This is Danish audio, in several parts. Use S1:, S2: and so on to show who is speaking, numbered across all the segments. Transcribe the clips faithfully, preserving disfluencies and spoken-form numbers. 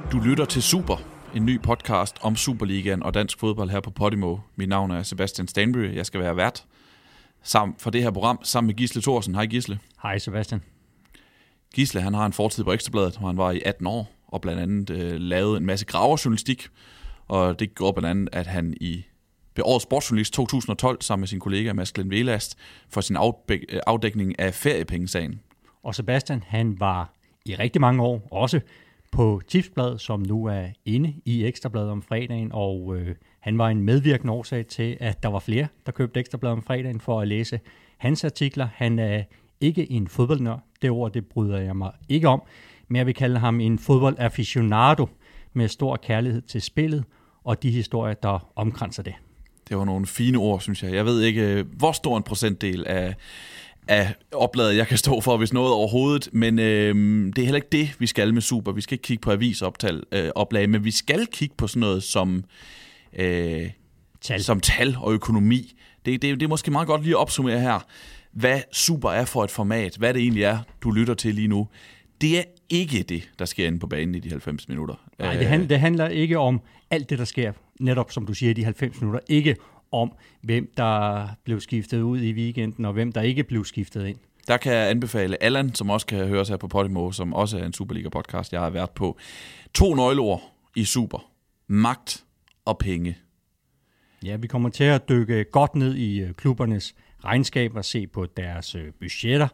S1: Du lytter til Super, en ny podcast om Superligaen og dansk fodbold her på Podimo. Mit navn er Sebastian Stanbury. Jeg skal være vært sammen for det her program sammen med Gisle Thorsen. Hej Gisle.
S2: Hej Sebastian.
S1: Gisle, han har en fortid på Ekstra Bladet, hvor han var i atten år og blandt andet øh, lavede en masse graverjournalistik. Og det gjorde blandt andet, at han i ved årets sportsjournalist to tusind og tolv sammen med sin kollega Mads Glenn Velast for sin afbæk- afdækning af feriepengesagen.
S2: Og Sebastian, han var i rigtig mange år også på Tipsbladet, som nu er inde i Ekstrabladet om fredagen, og øh, han var en medvirkende årsag til, at der var flere, der købte Ekstrabladet om fredagen for at læse hans artikler. Han er ikke en fodboldnørd, det ord, det bryder jeg mig ikke om, men jeg vil kalde ham en fodboldaficionado med stor kærlighed til spillet og de historier, der omkranser det.
S1: Det var nogle fine ord, synes jeg. Jeg ved ikke, hvor stor en procentdel af af opladet, jeg kan stå for, hvis noget overhovedet, men øh, det er heller ikke det, vi skal med Super. Vi skal ikke kigge på avisoplag, øh, oplag, men vi skal kigge på sådan noget som, øh,
S2: tal.
S1: som tal og økonomi. Det, det, det er måske meget godt lige at opsummere her, hvad Super er for et format, hvad det egentlig er, du lytter til lige nu. Det er ikke det, der sker inde på banen i de halvfems minutter.
S2: Nej, det handler, det handler ikke om alt det, der sker, netop som du siger, i de halvfems minutter. Ikke om, hvem der blev skiftet ud i weekenden, og hvem der ikke blev skiftet ind.
S1: Der kan jeg anbefale Allan, som også kan høres her på Podimo, som også er en Superliga-podcast, jeg har været på. To nøgleord i Super. Magt og penge.
S2: Ja, vi kommer til at dykke godt ned i klubbernes regnskaber, se på deres budgetter.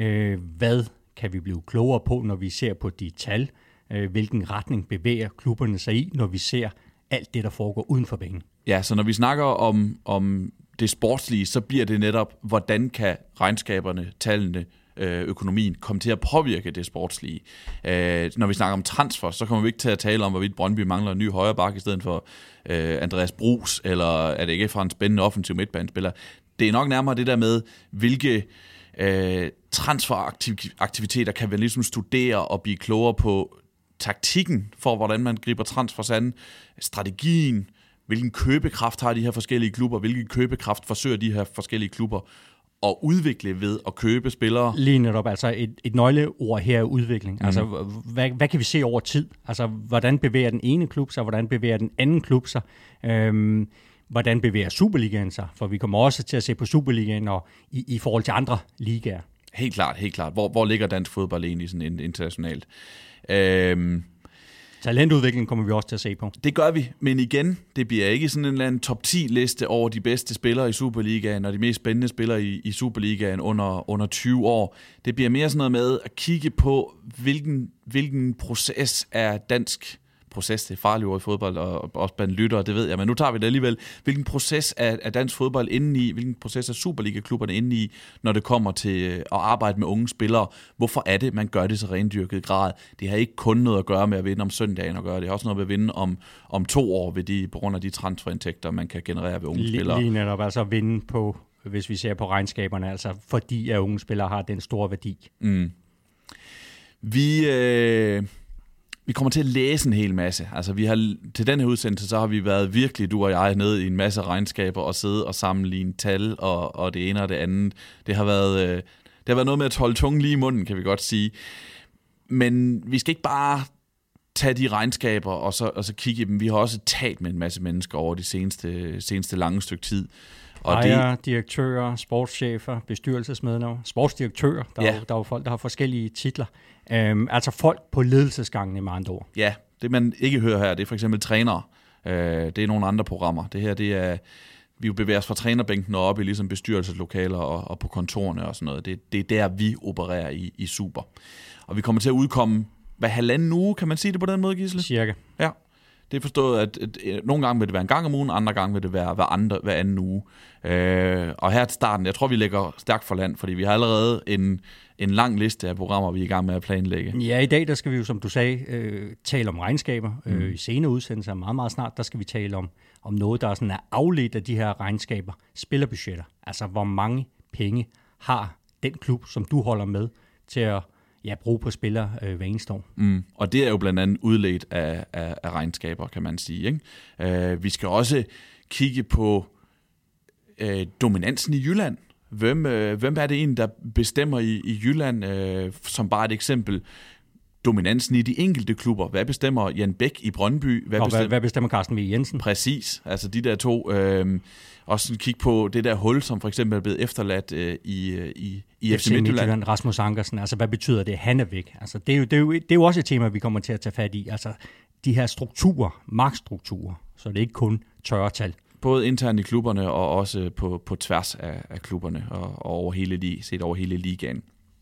S2: Hvad kan vi blive klogere på, når vi ser på de tal? Hvilken retning bevæger klubberne sig i, når vi ser alt det, der foregår uden for banen?
S1: Ja, så når vi snakker om, om det sportslige, så bliver det netop, hvordan kan regnskaberne, tallene, økonomien komme til at påvirke det sportslige. Øh, når vi snakker om transfer, så kommer vi ikke til at tale om, hvorvidt Brøndby mangler en ny højre bakke i stedet for øh, Andreas Brugs, eller er det ikke fra en spændende offensiv midtbanespiller. Det er nok nærmere det der med, hvilke øh, transferaktiviteter kan vi ligesom studere og blive klogere på taktikken for, hvordan man griber transfers an, strategien, hvilken købekraft har de her forskellige klubber, hvilken købekraft forsøger de her forskellige klubber at udvikle ved at købe spillere.
S2: Lige netop, altså et, et nøgleord her er udvikling. Mm. Altså, hvad, hvad kan vi se over tid? Altså, hvordan bevæger den ene klub sig, hvordan bevæger den anden klub sig? Øhm, hvordan bevæger Superligaen sig? For vi kommer også til at se på Superligaen og i, i forhold til andre ligaer.
S1: Helt klart, helt klart. Hvor, hvor ligger dansk fodbold egentlig sådan internationalt? Øhm,
S2: Talentudvikling kommer vi også til at se på.
S1: Det gør vi, men igen, det bliver ikke sådan en eller anden top ti liste over de bedste spillere i Superligaen og de mest spændende spillere i, i Superligaen under, under tyve år. Det bliver mere sådan noget med at kigge på, hvilken, hvilken proces er dansk proces, det er farligt ord i fodbold, og også blandt lyttere, det ved jeg, men nu tager vi det alligevel. Hvilken proces er, er dansk fodbold inde i, hvilken proces er Superliga-klubberne inde i, når det kommer til at arbejde med unge spillere? Hvorfor er det, man gør det så rendyrket grad? Det har ikke kun noget at gøre med at vinde om søndagen at gøre, det har også noget med at vinde om, om to år ved de, på grund af de transferindtægter, man kan generere ved unge
S2: lige,
S1: spillere.
S2: Lige netop, altså at vinde på, hvis vi ser på regnskaberne, altså fordi at unge spillere har den store værdi.
S1: Mm. Vi... Øh Vi kommer til at læse en hel masse. Altså, vi har, til den her udsendelse, så har vi været virkelig, du og jeg, nede i en masse regnskaber og sidde og sammenligne tal og, og det ene og det andet. Det har været, øh, det har været noget med at holde tungen lige i munden, kan vi godt sige. Men vi skal ikke bare tage de regnskaber og så, og så kigge i dem. Vi har også talt med en masse mennesker over de seneste, seneste lange stykke tid.
S2: Ejere, direktører, sportschefer, bestyrelsesmedlemmer, sportsdirektører. Der, ja. er jo, der er jo folk, der har forskellige titler. Øhm, altså folk på ledelsesgangene med andre ord.
S1: Ja, det man ikke hører her, det er for eksempel trænere. Øh, det er nogle andre programmer. Det her, det er, vi bevæger os fra trænerbænken og op i ligesom bestyrelseslokaler og, og på kontorerne og sådan noget. Det, det er der, vi opererer i, i Super. Og vi kommer til at udkomme hver halvanden uge, kan man sige det på den måde, Gisle?
S2: Cirka.
S1: Ja. Det er forstået, at, at, at nogle gange vil det være en gang om ugen, andre gange vil det være hver, andre, hver anden uge. Øh, og her til starten, jeg tror, vi lægger stærkt for land, fordi vi har allerede en, en lang liste af programmer, vi er i gang med at planlægge.
S2: Ja, i dag, der skal vi jo, som du sagde, øh, tale om regnskaber. Mm. Øh, I senere udsendelser, meget, meget snart, der skal vi tale om, om noget, der er, sådan er afledt af de her regnskaber. Spillerbudgetter. Altså, hvor mange penge har den klub, som du holder med, til at ja, bruge på spillere øh, hver eneste år.
S1: Mm. Og det er jo blandt andet udledt af, af, af regnskaber, kan man sige. Ikke? Øh, vi skal også kigge på øh, dominansen i Jylland. Hvem, øh, hvem er det egentlig, der bestemmer i, i Jylland? Øh, som bare et eksempel. dominansen i de enkelte klubber. Hvad bestemmer Jan Bæk i Brøndby?
S2: Hvad og bestemmer, hvad bestemmer Carsten V. Jensen?
S1: Præcis, altså de der to. Øh, også kigge på det der hul, som for eksempel er blevet efterladt øh, i, i, i F C Midtjylland.
S2: Rasmus Ankersen, altså hvad betyder det? Han er væk. Altså, det, er jo, det, er jo, det er jo også et tema, vi kommer til at tage fat i. Altså de her strukturer, magtstrukturer, så det er ikke kun tørre tal.
S1: Både internt i klubberne og også på, på tværs af, af klubberne og, og over hele, set over hele ligaen.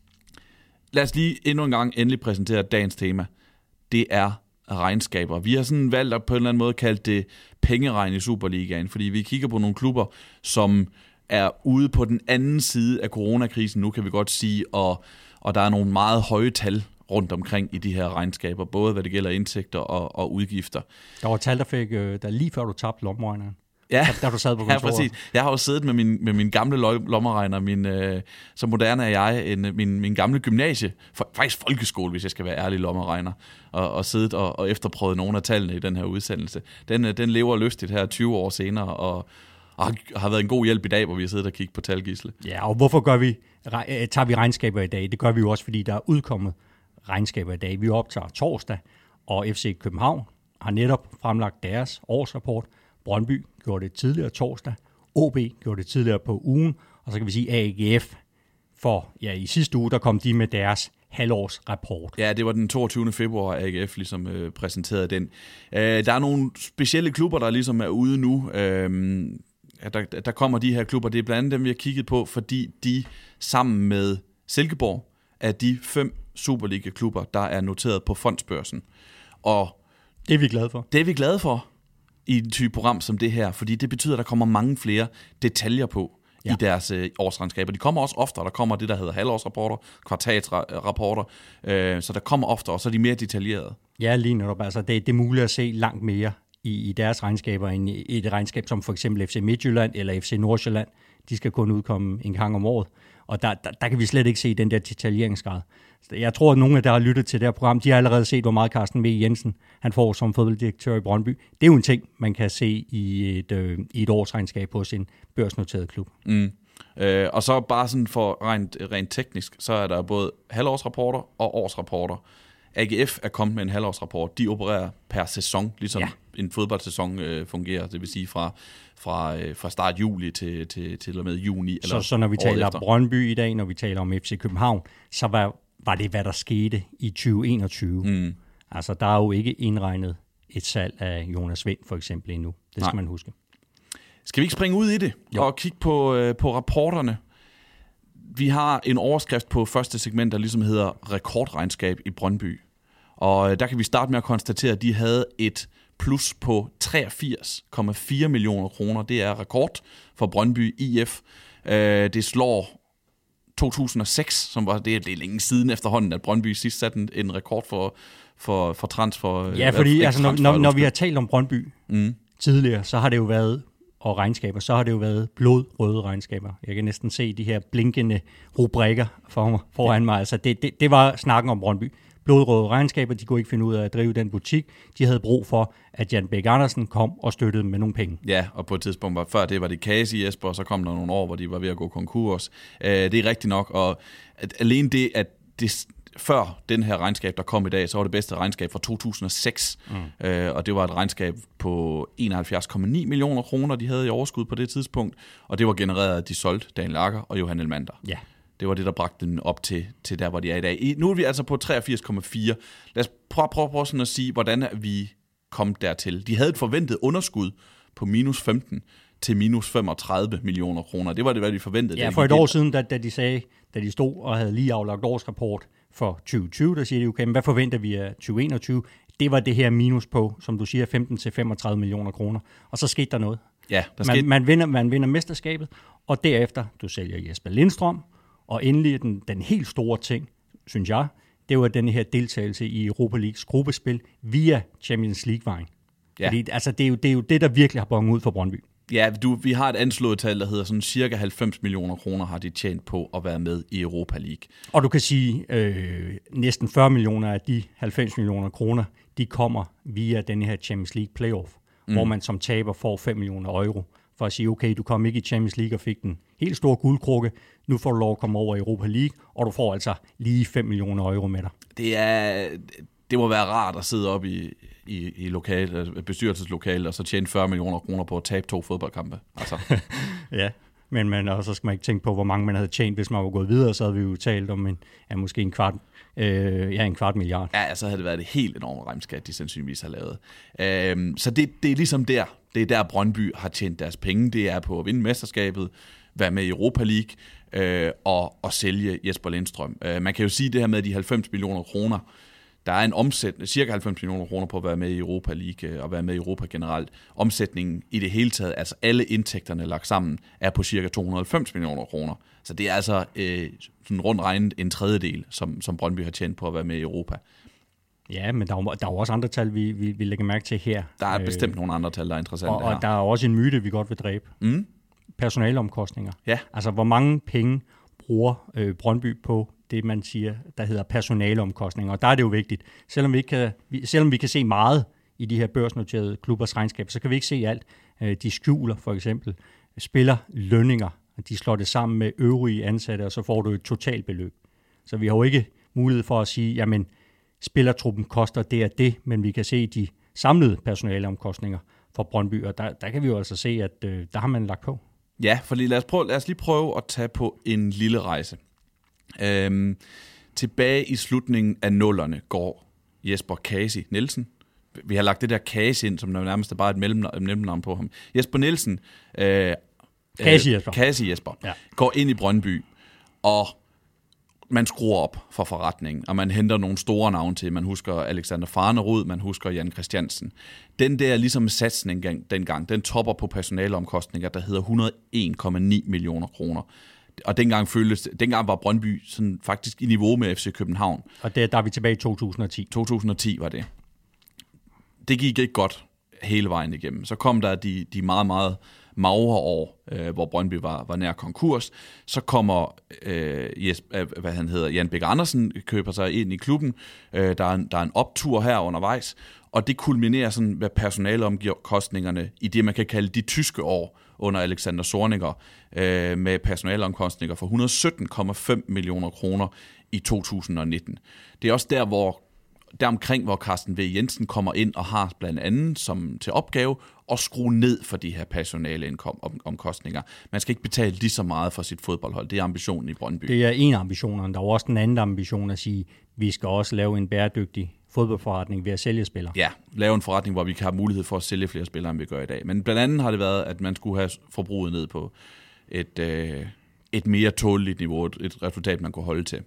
S1: Lad os lige endnu en gang endelig præsentere dagens tema. Det er regnskaber. Vi har sådan valgt at på en eller anden måde kalde det pengeregn i Superligaen, fordi vi kigger på nogle klubber, som er ude på den anden side af coronakrisen, nu kan vi godt sige, og, og der er nogle meget høje tal rundt omkring i de her regnskaber, både hvad det gælder indtægter og, og udgifter.
S2: Der var tal, der fik, der lige før du tabte lommeregneren.
S1: Ja,
S2: der, der du sad på kontoret.
S1: Ja, præcis. Jeg har jo siddet med min, med min gamle lommeregner, min, øh, så moderne er jeg, en, min, min gamle gymnasie, for, faktisk folkeskole, hvis jeg skal være ærlig lommeregner, og, og siddet og, og efterprøvet nogle af tallene i den her udsendelse. Den, den lever lystigt her tyve år senere, og, og har været en god hjælp i dag, hvor vi har siddet og kigget på talgisle.
S2: Ja, og hvorfor gør vi, tager vi regnskaber i dag? Det gør vi jo også, fordi der er udkommet regnskaber i dag. Vi optager torsdag, og F C København har netop fremlagt deres årsrapport. Brøndby gjorde det tidligere torsdag, O B gjorde det tidligere på ugen, og så kan vi sige A G F, for ja, i sidste uge, der kom de med deres halvårsrapport.
S1: Ja, det var den toogtyvende februar, A G F ligesom øh, præsenterede den. Øh, der er nogle specielle klubber, der ligesom er ude nu. Øh, der, der kommer de her klubber, det er blandt andet dem, vi har kigget på, fordi de sammen med Silkeborg er de fem Superliga-klubber, der er noteret på fondsbørsen. Og
S2: det er vi glade for.
S1: Det er vi glade for i et type program som det her, fordi det betyder, at der kommer mange flere detaljer på ja. i deres øh, årsregnskaber. De kommer også oftere, der kommer det, der hedder halvårsrapporter, kvartalsrapporter, øh, så der kommer oftere, og så er de mere detaljerede.
S2: Ja, lige netop. Altså, det, det er muligt at se langt mere i, i deres regnskaber, end i et regnskab som for eksempel F C Midtjylland eller F C Nordsjælland. De skal kun udkomme en gang om året, og der, der, der kan vi slet ikke se den der detaljeringsgrad. Jeg tror, at nogle af der har lyttet til det her program, de har allerede set, hvor meget Carsten V. Jensen han får som fodbolddirektør i Brøndby. Det er jo en ting, man kan se i et, øh, i et årsregnskab hos en børsnoteret klub.
S1: Mm. Øh, og så bare sådan for rent, rent teknisk, så er der både halvårsrapporter og årsrapporter. A G F er kommet med en halvårsrapport. De opererer per sæson, ligesom ja. en fodboldsæson øh, fungerer. Det vil sige fra, fra, øh, fra start juli til, til, til og med juni.
S2: Eller så, så når vi taler efter. Brøndby i dag, når vi taler om F C København, så var, var det, hvad der skete i tyve enogtyve. Mm. Altså, der er jo ikke indregnet et salg af Jonas Vind, for eksempel, endnu. Det skal Nej. man huske.
S1: Skal vi ikke springe ud i det jo. og kigge på, øh, på rapporterne? Vi har en overskrift på første segment, der ligesom hedder rekordregnskab i Brøndby. Og der kan vi starte med at konstatere, at de havde et plus på treogfirs komma fire millioner kroner. Det er rekord for Brøndby I F. Det slår to tusind og seks, som var det, det er længe siden efterhånden, at Brøndby sidst satte en, en rekord for, for, for transfer.
S2: Ja, fordi altså, når, når, når vi har talt om Brøndby mm. tidligere, så har det jo været og regnskaber, så har det jo været blodrøde regnskaber. Jeg kan næsten se de her blinkende rubrikker for mig, foran mig. Altså det, det, det var snakken om Brøndby. Blodrøde regnskaber, de kunne ikke finde ud af at drive den butik. De havde brug for, at Jan Bæk Andersen kom og støttede dem med nogle penge.
S1: Ja, og på et tidspunkt, var, før det var det Kasi i Esbjerg, og så kom der nogle år, hvor de var ved at gå konkurs. Uh, det er rigtigt nok, og at alene det, at det, før den her regnskab, der kom i dag, så var det bedste regnskab fra to tusind og seks, mm. uh, og det var et regnskab på enoghalvfjerds komma ni millioner kroner, de havde i overskud på det tidspunkt, og det var genereret, at de solgte Daniel Lager og Johan Elmander. Ja. Det var det, der bragte den op til, til der, hvor de er i dag. Nu er vi altså på treogfirs komma fire. Lad os prøve, prøve, prøve sådan at sige, hvordan er vi kommet dertil. De havde et forventet underskud på minus femten til minus femogtredive millioner kroner. Det var det, hvad de forventede.
S2: Ja, for et år siden, da, da de sagde, da de stod og havde lige aflagt årsrapport for tyve tyve, der siger de, okay, men hvad forventer vi af tyve enogtyve? Det var det her minus på, som du siger, femten til femogtredive millioner kroner. Og så skete der noget.
S1: Ja, der
S2: man,
S1: skete...
S2: man, vinder, man vinder mesterskabet, og derefter, du sælger Jesper Lindstrøm. Og endelig den, den helt store ting, synes jeg, det var den her deltagelse i Europa Leagues gruppespil via Champions League-vejen. Ja. Fordi altså, det, er jo, det er jo det, der virkelig har bonget ud for Brøndby.
S1: Ja, du, vi har et anslået tal, der hedder sådan cirka halvfems millioner kroner har de tjent på at være med i Europa League.
S2: Og du kan sige, øh, næsten fyrre millioner af de halvfems millioner kroner, de kommer via den her Champions League playoff, mm. hvor man som taber får fem millioner euro for at sige, okay, du kom ikke i Champions League og fik den helt store guldkrukke, nu får du lov at komme over i Europa League, og du får altså lige fem millioner euro med dig.
S1: Det er... Det må være rart at sidde op i, i, i lokal, bestyrelseslokale og så tjene fyrre millioner kroner på at tabe to fodboldkampe. Altså.
S2: Ja, men man, og så skal man ikke tænke på, hvor mange man havde tjent, hvis man var gået videre, så havde vi jo talt om en, ja, måske en kvart, øh, ja, en kvart milliard.
S1: Ja, så havde det været et helt enormt regnskab, de sandsynligvis har lavet. Øhm, så det, det er ligesom der. Det er der, Brøndby har tjent deres penge. Det er på at vinde mesterskabet, være med i Europa League øh, og, og sælge Jesper Lindstrøm. Øh, man kan jo sige det her med de halvfems millioner kroner. Der er en omsætning, cirka halvfems millioner kroner på at være med i Europa League og være med i Europa generelt. Omsætningen i det hele taget, altså alle indtægterne lagt sammen, er på cirka to hundrede og halvfems millioner kroner. Så det er altså øh, sådan rundt regnet en tredjedel, som, som Brøndby har tjent på at være med i Europa.
S2: Ja, men der er jo, der er jo også andre tal, vi, vi, vi lægger mærke til her.
S1: Der er bestemt øh, nogle andre tal, der er interessante
S2: og,
S1: her.
S2: Og der er også en myte, vi godt vil dræbe. Mm. Personaleomkostninger.
S1: Ja.
S2: Altså, hvor mange penge bruger øh, Brøndby på det, man siger, der hedder personaleomkostninger. Og der er det jo vigtigt. Selvom vi, ikke kan, vi, selvom vi kan se meget i de her børsnoterede klubbers regnskab, så kan vi ikke se alt. De skjuler for eksempel spiller lønninger. De slår det sammen med øvrige ansatte, og så får du et totalbeløb. Så vi har jo ikke mulighed for at sige, jamen spillertruppen koster det og det, men vi kan se de samlede personaleomkostninger for Brøndby, og der, der kan vi jo altså se, at øh, der har man lagt på.
S1: Ja, for lad os, prøve, lad os lige prøve at tage på en lille rejse. Øhm, tilbage i slutningen af nullerne går Jesper Kasi Nielsen. Vi har lagt det der Kasi ind, som nærmest er bare et mellemnavn på ham. Jesper Nielsen, øh,
S2: Kasi Jesper,
S1: Kasi Jesper ja. går ind i Brøndby, og man skruer op for forretningen, og man henter nogle store navne til. Man husker Alexander Farnerud, man husker Jan Christiansen. Den der ligesom satsning dengang, den topper på personaleomkostninger, der hedder et hundrede og en komma ni millioner kroner. Og dengang føltes, dengang var Brøndby sådan faktisk i niveau med F C København.
S2: Og det, der er vi tilbage i to tusind og ti.
S1: to tusind og ti var det. Det gik ikke godt hele vejen igennem. Så kom der de, de meget, meget magre år, øh, hvor Brøndby var, var nær konkurs. Så kommer øh, yes, øh, hvad han hedder, Jan Bæk Andersen, køber sig ind i klubben. Øh, der, er en, der er en optur her undervejs, og det kulminerer sådan med personaleomkostningerne i det, man kan kalde de tyske år under Alexander Zorniger, øh, med personaleomkostninger for et hundrede og sytten komma fem millioner kroner i to tusind og nitten. Det er også der, hvor deromkring, hvor Carsten V. Jensen kommer ind og har blandt andet som til opgave at skrue ned for de her personaleomkostninger. Man skal ikke betale lige så meget for sit fodboldhold. Det er ambitionen i Brøndby.
S2: Det er en af ambitionerne. Der er også den anden ambition at sige, at vi skal også lave en bæredygtig fodboldforretning ved at sælge spillere.
S1: Ja, lave en forretning, hvor vi kan have mulighed for at sælge flere spillere, end vi gør i dag. Men blandt andet har det været, at man skulle have forbruget ned på et, øh, et mere tåleligt niveau, et, et resultat, man kunne holde til.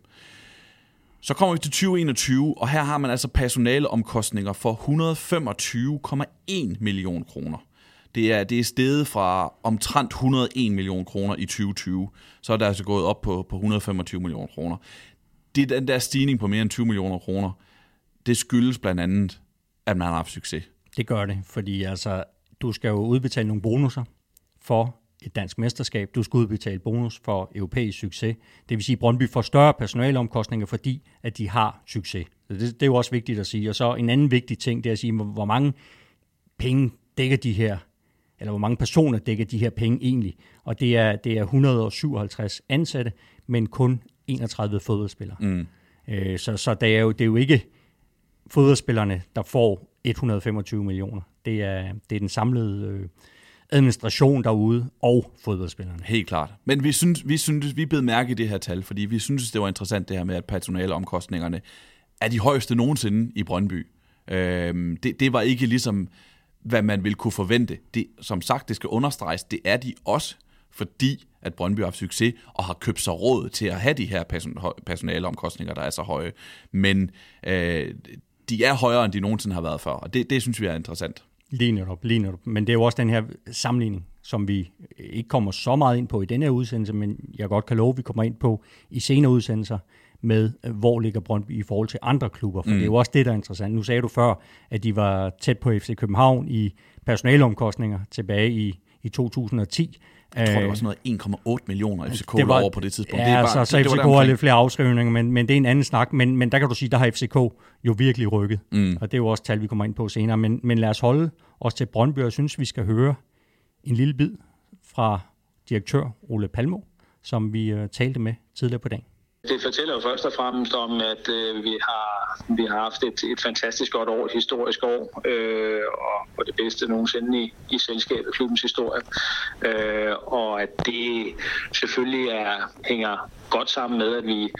S1: Så kommer vi til tyve enogtyve, og her har man altså personaleomkostninger for et hundrede og femogtyve komma en millioner kroner. Det er, det er steget fra omtrent et hundrede og en millioner kroner i tyve tyve, så er det altså gået op på, på et hundrede og femogtyve millioner kroner. Det er den der stigning på mere end tyve millioner kroner. Det skyldes blandt andet, at man har haft succes.
S2: Det gør det, fordi altså, du skal jo udbetale nogle bonusser for et dansk mesterskab. Du skal udbetale bonus for europæisk succes. Det vil sige, at Brøndby får større personaleomkostninger, fordi at de har succes. Det, det er jo også vigtigt at sige. Og så en anden vigtig ting, det er at sige, hvor mange penge dækker de her, eller hvor mange personer dækker de her penge egentlig. Og det er, det er et hundrede og syvoghalvtreds ansatte, men kun enogtredive fodboldspillere. Mm. Øh, så så det, er jo, det er jo ikke fodboldspillerne, der får et hundrede og femogtyve millioner. Det er, det er den samlede øh, administration derude og fodboldspillerne.
S1: Helt klart. Men vi synes, vi synes, vi bed mærke i det her tal, fordi vi synes, det var interessant det her med, at personaleomkostningerne er de højeste nogensinde i Brøndby. Øhm, det, det var ikke ligesom, hvad man ville kunne forvente. Det, som sagt, det skal understreges, det er de også, fordi at Brøndby har haft succes og har købt sig råd til at have de her person- personaleomkostninger, der er så høje. Men øh, de er højere, end de nogensinde har været før, og det, det synes vi er interessant.
S2: Lige netop, lige netop. Men det er jo også den her sammenligning, som vi ikke kommer så meget ind på i denne her udsendelse, men jeg godt kan love, at vi kommer ind på i senere udsendelser med, hvor ligger Brøndby i forhold til andre klubber. For mm. det er jo også det, der er interessant. Nu sagde du før, at de var tæt på F C København i personaleomkostninger tilbage i, i to tusind og ti.
S1: Jeg tror, det var sådan noget en komma otte millioner F C K over på det tidspunkt.
S2: Ja,
S1: det er bare,
S2: så, så
S1: det,
S2: F C K har lidt flere afskrivninger, men, men det er en anden snak. Men, men der kan du sige, der har F C K jo virkelig rykket. Mm. Og det er jo også tal, vi kommer ind på senere. Men, men lad os holde os til Brøndby, og jeg synes, vi skal høre en lille bid, fra direktør Ole Palmo, som vi øh, talte med tidligere på dagen.
S3: Det fortæller jo først og fremmest om, at øh, vi har vi har haft et, et fantastisk godt år, et historisk år, øh, og, og det bedste nogensinde i, i selskabet, klubbens historie. Øh, og at det selvfølgelig er, hænger godt sammen med, at vi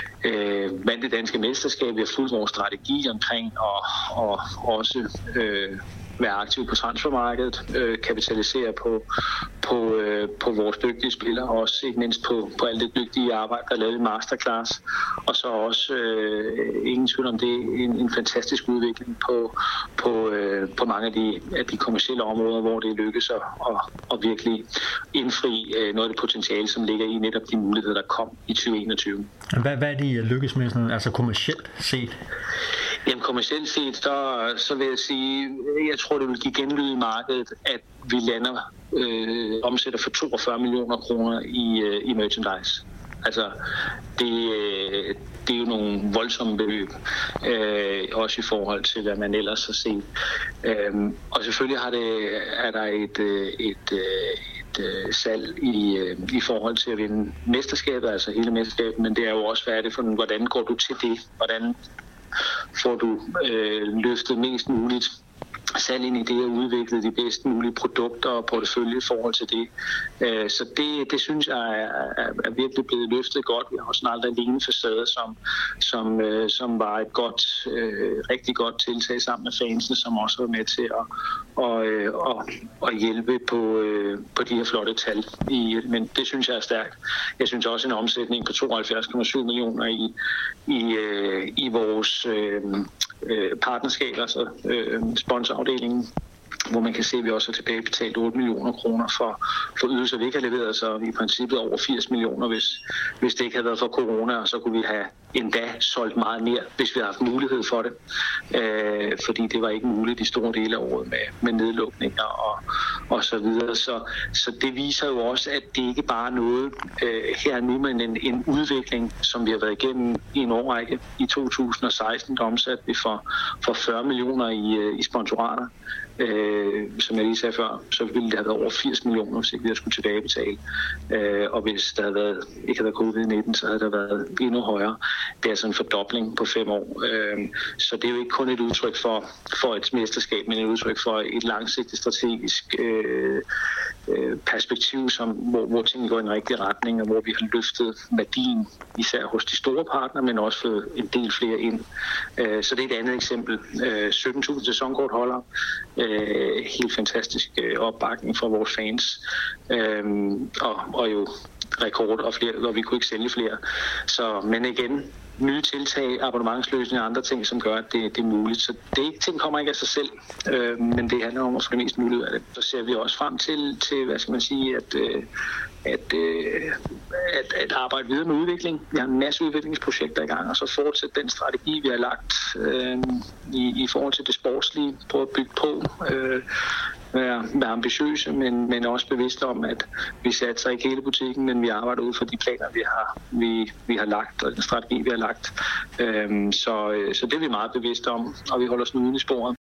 S3: øh, vandt det danske mesterskab. Vi har fulgt vores strategi omkring og, og også øh, være aktiv på transfermarkedet, øh, kapitalisere på, på, øh, på vores dygtige spillere, og også ikke mindst på, på alt det dygtige arbejde, der er lavet i Masterclass. Og så også, øh, ingen tvivl om det, en, en fantastisk udvikling på, på, øh, på mange af de, af de kommercielle områder, hvor det lykkes at, at, at virkelig indfri øh, noget af det potentiale, som ligger i netop de muligheder, der kom i tyve enogtyve.
S4: Hvad, hvad er det, I lykkes med, sådan, altså kommercielt set?
S3: Jamen kommercielt set, så, så vil jeg sige, jeg tror, det vil give genlyd i markedet, at vi lander, øh, omsætter for toogfyrre millioner kroner i, øh, i merchandise. Altså, det, øh, det er jo nogle voldsomme beløb, øh, også i forhold til, hvad man ellers har set. Øh, og selvfølgelig har det, er der et, et, et, et salg i, i forhold til at vinde mesterskabet, altså hele mesterskabet, men det er jo også, hvad er det for, hvordan går du til det? Hvordan får du øh, løftet mest muligt salg ind i det og udviklet de bedst mulige produkter og portefølje i forhold til det. Øh, så det, det synes jeg er, er, er virkelig blevet løftet godt. Vi har også en aldrig lignende facade, som, som, øh, som var et godt, øh, rigtig godt tiltag sammen med fansene, som også var med til at, og, øh, og, og hjælpe på, øh, på de her flotte tal. I, men det synes jeg er stærkt. Jeg synes også en omsætning på tooghalvfjerds komma syv millioner i, i, øh, i vores øh, partnerskaber, altså øh, sponsorafdelingen, hvor man kan se, at vi også har tilbagebetalt otte millioner kroner for, for ydelser, vi ikke har leveret, så vi i princippet over firs millioner, hvis, hvis det ikke havde været for corona, og så kunne vi have endda solgt meget mere, hvis vi havde haft mulighed for det. Øh, fordi det var ikke muligt i store dele af året med, med nedlukninger og, og så videre. Så, så det viser jo også, at det ikke bare er noget øh, her nu, men en, en udvikling, som vi har været igennem i en årrække. I to tusind og seksten der omsatte vi for, for fyrre millioner i, i sponsorater. Øh, som jeg lige sagde før, så ville det have været over firs millioner, hvis ikke vi havde skulle tilbagebetale. Øh, og hvis der havde været, ikke havde været covid nitten, så havde der været endnu højere. Det er altså en fordobling på fem år. Øh, så det er jo ikke kun et udtryk for, for et mesterskab, men et udtryk for et langsigtet strategisk øh, øh, perspektiv, som, hvor, hvor tingene går i en rigtig retning, og hvor vi har løftet værdien, især hos de store partnere, men også fået en del flere ind. Øh, så det er et andet eksempel. Øh, sytten tusind sæsonkortholdere. Øh, helt fantastisk øh, opbakning fra vores fans, øh, og, og jo rekord og flere, og vi kunne ikke sælge flere. Så, men igen, nye tiltag, abonnementsløsninger og andre ting, som gør, at det, det er muligt. Så det ikke, ting kommer ikke af sig selv, øh, men det handler om at få det mest muligt af det. Så ser vi også frem til, til hvad skal man sige, at, øh, at, øh, at, at arbejde videre med udvikling. Vi har en masse udviklingsprojekter i gang, og så fortsætte den strategi, vi har lagt øh, i, i forhold til det sportslige, på at bygge på, øh, være, være ambitiøse, men, men også bevidste om, at vi satser ikke hele butikken, men vi arbejder ud fra de planer, vi har, vi, vi har lagt, og den strategi, vi har lagt. Øhm, så, så det er vi meget bevidste om, og vi holder os nu uden i sporet.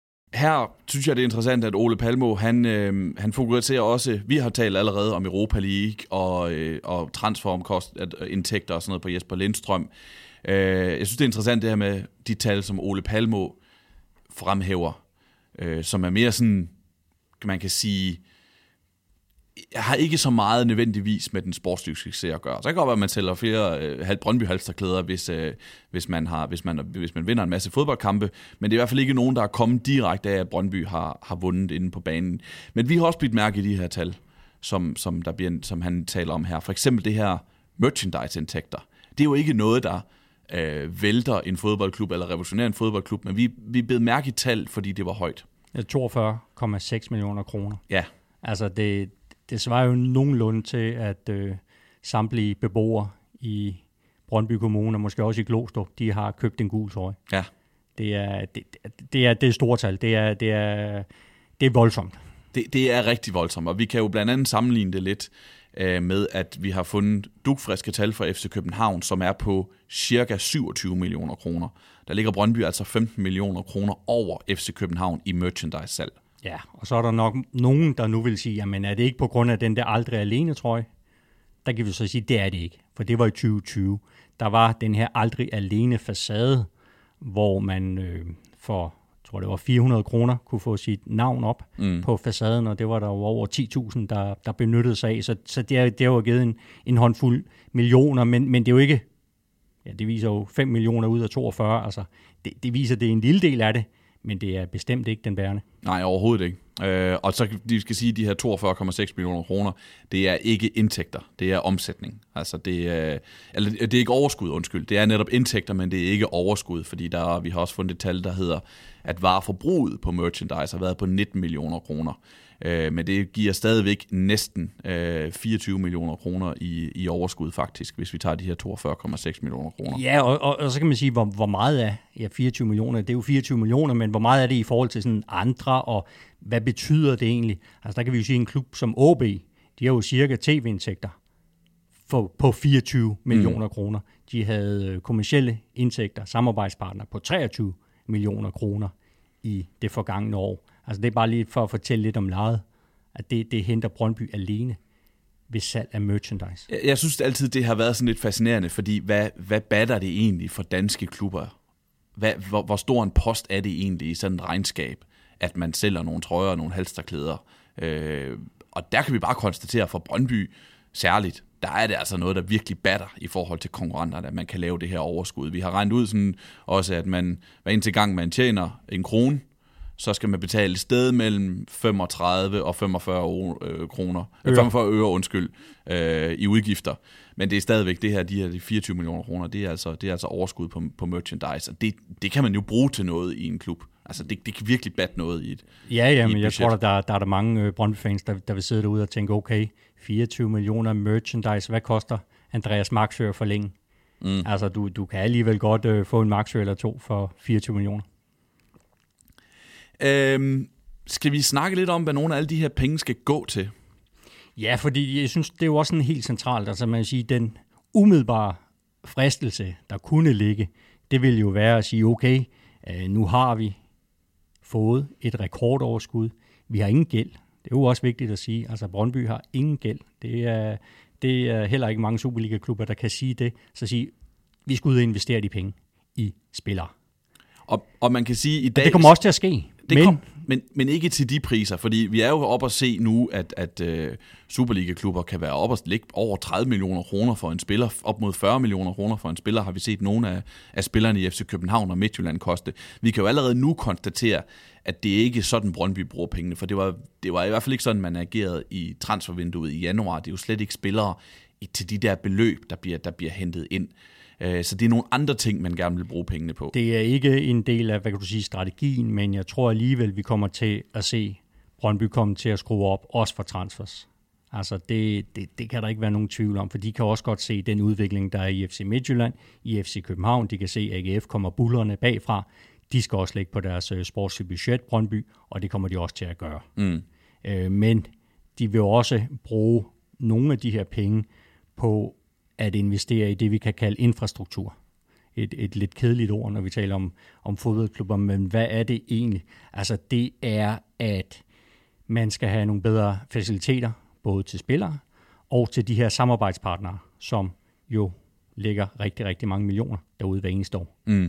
S1: Her synes jeg, det er interessant, at Ole Palmo, han, øh, han fokuserer også, vi har talt allerede om Europa League og, øh, og transferomkostindtægter og sådan noget på Jesper Lindstrøm. Øh, jeg synes, det er interessant det her med de tal, som Ole Palmo fremhæver, øh, som er mere sådan, man kan sige, jeg har ikke så meget nødvendigvis med den sportslige succes at gøre. Så kan det godt være, at man sælger flere øh, Brøndby-halsterklæder, hvis, øh, hvis, man har, hvis, man, hvis man vinder en masse fodboldkampe. Men det er i hvert fald ikke nogen, der er kommet direkte af, at Brøndby har, har vundet inde på banen. Men vi har også blivet mærke i de her tal, som, som, der bliver, som han taler om her. For eksempel det her merchandise-indtægter. Det er jo ikke noget, der øh, vælter en fodboldklub eller revolutionerer en fodboldklub, men vi, vi blev mærke i tal, fordi det var højt.
S2: toogfyrre komma seks millioner kroner.
S1: Ja.
S2: Altså det, det svarer jo nogenlunde til, at øh, samtlige beboere i Brøndby Kommune, og måske også i Glostrup, de har købt en gul trøje.
S1: Ja.
S2: Det er, det, det er, det er store tal. Det er, det er, det er voldsomt.
S1: Det, det er rigtig voldsomt, og vi kan jo blandt andet sammenligne det lidt øh, med, at vi har fundet dugfriske tal fra F C København, som er på cirka syvogtyve millioner kroner. Der ligger Brøndby altså femten millioner kroner over F C København i merchandise-salg.
S2: Ja, og så er der nok nogen, der nu vil sige, jamen er det ikke på grund af den der aldrig alene trøje? Der kan vi så sige, det er det ikke, for det var i tyve tyve. Der var den her aldrig alene facade, hvor man øh, for, jeg tror det var fire hundrede kroner, kunne få sit navn op mm. på facaden, og det var der jo over ti tusind, der, der benyttede sig af. Så, så det har det jo givet en, en håndfuld millioner, men, men det er jo ikke, ja det viser jo fem millioner ud af toogfyrre, altså det, det viser, det er en lille del af det, men det er bestemt ikke den bærende.
S1: Nej, overhovedet ikke. Øh, og så de skal sige, at de her toogfyrre komma seks millioner kroner, det er ikke indtægter, det er omsætning. Altså det er, eller det er ikke overskud, undskyld. Det er netop indtægter, men det er ikke overskud, fordi der, vi har også fundet et tal, der hedder, at vareforbruget på merchandise har været på nitten millioner kroner. Øh, men det giver stadigvæk næsten øh, fireogtyve millioner kroner i, i overskud faktisk, hvis vi tager de her toogfyrre komma seks millioner kroner.
S2: Ja, og, og, og så kan man sige, hvor, hvor meget er ja, fireogtyve millioner, det er jo fireogtyve millioner, men hvor meget er det i forhold til sådan andre, og hvad betyder det egentlig? Altså der kan vi jo sige, en klub som O B, de har jo cirka tv-indtægter for, på fireogtyve millioner mm. kroner. De havde kommercielle indtægter, samarbejdspartnere på treogtyve millioner kroner i det forgangne år. Altså det er bare lige for at fortælle lidt om lejet, at det, det henter Brøndby alene ved salg af merchandise.
S1: Jeg, jeg synes altid, det har været sådan lidt fascinerende, fordi hvad, hvad batter det egentlig for danske klubber? Hvad, hvor, hvor stor en post er det egentlig i sådan et regnskab, at man sælger nogle trøjer og nogle halsterklæder? Øh, og der kan vi bare konstatere for Brøndby særligt, der er det altså noget, der virkelig batter i forhold til konkurrenterne, at man kan lave det her overskud. Vi har regnet ud sådan også, at man hver eneste gang, man tjener en krone, så skal man betale et sted mellem femogtredive og femogfyrre øh, kroner, øre. femogfyrre øre, undskyld, øh, i udgifter. Men det er stadigvæk det her, de her de fireogtyve millioner kroner, det er altså, det er altså overskud på, på merchandise, og det, det kan man jo bruge til noget i en klub. Altså det, det kan virkelig batte noget i et
S2: Ja, ja, men jeg tror, der, der, der er der mange øh, Brøndby-fans, der, der vil sidde derude og tænke, okay, fireogtyve millioner merchandise, hvad koster Andreas Maxø for længe? Mm. Altså du, du kan alligevel godt øh, få en Maxø eller to for fireogtyve millioner.
S1: Øhm, skal vi snakke lidt om, hvad nogle af alle de her penge skal gå til?
S2: Ja, fordi jeg synes, det er jo også sådan helt centralt. Altså man kan sige, den umiddelbare fristelse, der kunne ligge, det vil jo være at sige, okay, øh, nu har vi fået et rekordoverskud. Vi har ingen gæld. Det er jo også vigtigt at sige. Altså Brøndby har ingen gæld. Det er, det er heller ikke mange Superliga-klubber, der kan sige det. Så sige, vi skal ud og investere de penge i spillere.
S1: Og, og man kan sige i dag...
S2: Og det kommer også til at ske.
S1: Det
S2: men,
S1: kom, men, men ikke til de priser, fordi vi er jo oppe at se nu, at, at uh, Superliga-klubber kan være oppe at ligge over tredive millioner kroner for en spiller, op mod fyrre millioner kroner for en spiller, har vi set nogle af, af spillerne i F C København og Midtjylland koste. Vi kan jo allerede nu konstatere, at det ikke er sådan, Brøndby bruger pengene, for det var, det var i hvert fald ikke sådan, man agerede i transfervinduet i januar. Det er jo slet ikke spillere til de der beløb, der bliver, der bliver hentet ind. Så det er nogle andre ting, man gerne vil bruge pengene på.
S2: Det er ikke en del af, hvad kan du sige, strategien, men jeg tror alligevel, vi kommer til at se Brøndby komme til at skrue op, også for transfers. Altså det, det, det kan der ikke være nogen tvivl om, for de kan også godt se den udvikling, der er i F C Midtjylland, i F C København. De kan se, at A G F kommer bullerne bagfra. De skal også lægge på deres sportslige budget, Brøndby, og det kommer de også til at gøre. Mm. Øh, men de vil også bruge nogle af de her penge på at investere i det, vi kan kalde infrastruktur. Et, et lidt kedeligt ord, når vi taler om, om fodboldklubber, men hvad er det egentlig? Altså det er, at man skal have nogle bedre faciliteter, både til spillere og til de her samarbejdspartnere, som jo lægger rigtig, rigtig mange millioner derude hver eneste år. Mm.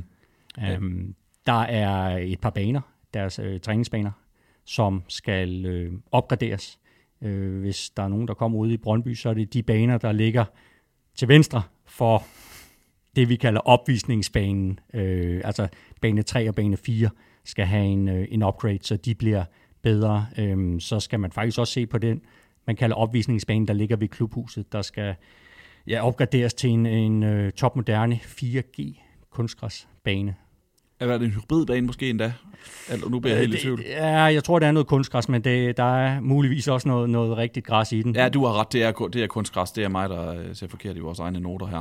S2: Um, der er et par baner, deres øh, træningsbaner, som skal øh, opgraderes. Øh, hvis der er nogen, der kommer ud i Brøndby, så er det de baner, der ligger til venstre for det, vi kalder opvisningsbanen. Øh, altså bane tre og bane fire skal have en, øh, en upgrade, så de bliver bedre. Øh, så skal man faktisk også se på den, man kalder opvisningsbanen, der ligger ved klubhuset, der skal ja, opgraderes til en, en uh, topmoderne fire G kunstgræsbane.
S1: Er det en hybridbane måske endda? Eller nu bliver jeg helt i tvivl.
S2: Ja, jeg tror, det er noget kunstgræs, men det, der er muligvis også noget, noget rigtigt græs i den.
S1: Ja, du har ret. Det er, det er kunstgræs. Det er mig, der ser forkert i vores egne noter her.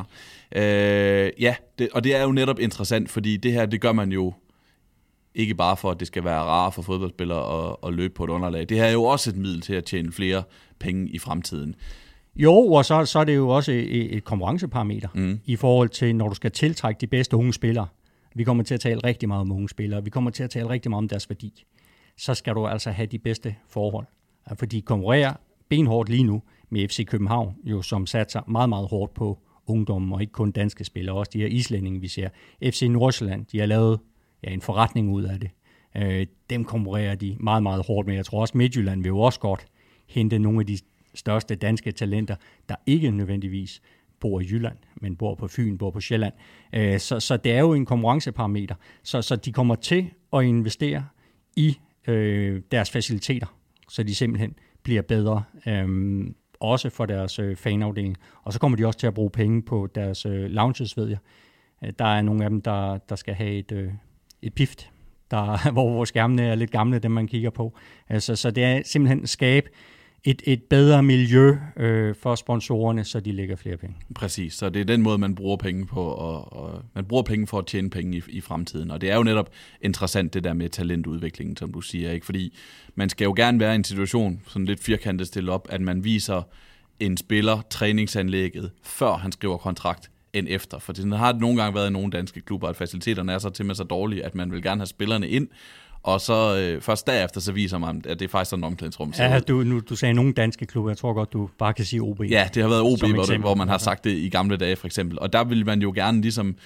S1: Øh, ja, det, og det er jo netop interessant, fordi det her, det gør man jo ikke bare for, at det skal være rart for fodboldspillere at, at løbe på et underlag. Det her er jo også et middel til at tjene flere penge i fremtiden.
S2: Jo, og så, så er det jo også et, et konkurrenceparameter mm. i forhold til, når du skal tiltrække de bedste unge spillere. Vi kommer til at tale rigtig meget om unge spillere. Vi kommer til at tale rigtig meget om deres værdi. så skal du altså have de bedste forhold. For de konkurrerer benhårdt lige nu med F C København, jo, som satser meget, meget hårdt på ungdommen, og ikke kun danske spillere, også de her islændinge, vi ser. F C Nordsjælland, de har lavet ja, en forretning ud af det. Øh, dem konkurrerer de meget, meget hårdt med. Jeg tror også, Midtjylland vil jo også godt hente nogle af de største danske talenter, der ikke nødvendigvis bor i Jylland, men bor på Fyn, bor på Sjælland. Øh, så, så det er jo en konkurrenceparameter. Så, så de kommer til at investere i øh, deres faciliteter, så de simpelthen bliver bedre, øh, også for deres øh, fanafdeling. Og så kommer de også til at bruge penge på deres øh, lounges, ved jeg. Der er nogle af dem, der, der skal have et, øh, et pift, der, hvor, hvor skærmene er lidt gamle, dem man kigger på. Altså, så det er simpelthen at skabe et, et bedre miljø øh, for sponsorerne, så de lægger flere penge.
S1: Præcis, så det er den måde, man bruger penge på, og, og man bruger penge for at tjene penge i, i fremtiden. Og det er jo netop interessant, det der med talentudviklingen, som du siger, ikke? Fordi man skal jo gerne være i en situation, sådan lidt firkantet stillet op, at man viser en spiller træningsanlægget, før han skriver kontrakt, end efter. For det har nogle gange været i nogle danske klubber, at faciliteterne er så til med så dårlige, at man vil gerne have spillerne ind, og så øh, først derefter, så viser man, at det er faktisk sådan en omklædningsrum.
S2: Ja, du, nu, du sagde nogle danske klubber, jeg tror godt, du bare kan sige O B.
S1: Ja, det har været O B, hvor, det, hvor man har sagt det i gamle dage, for eksempel. Og der vil man jo gerne ligesom,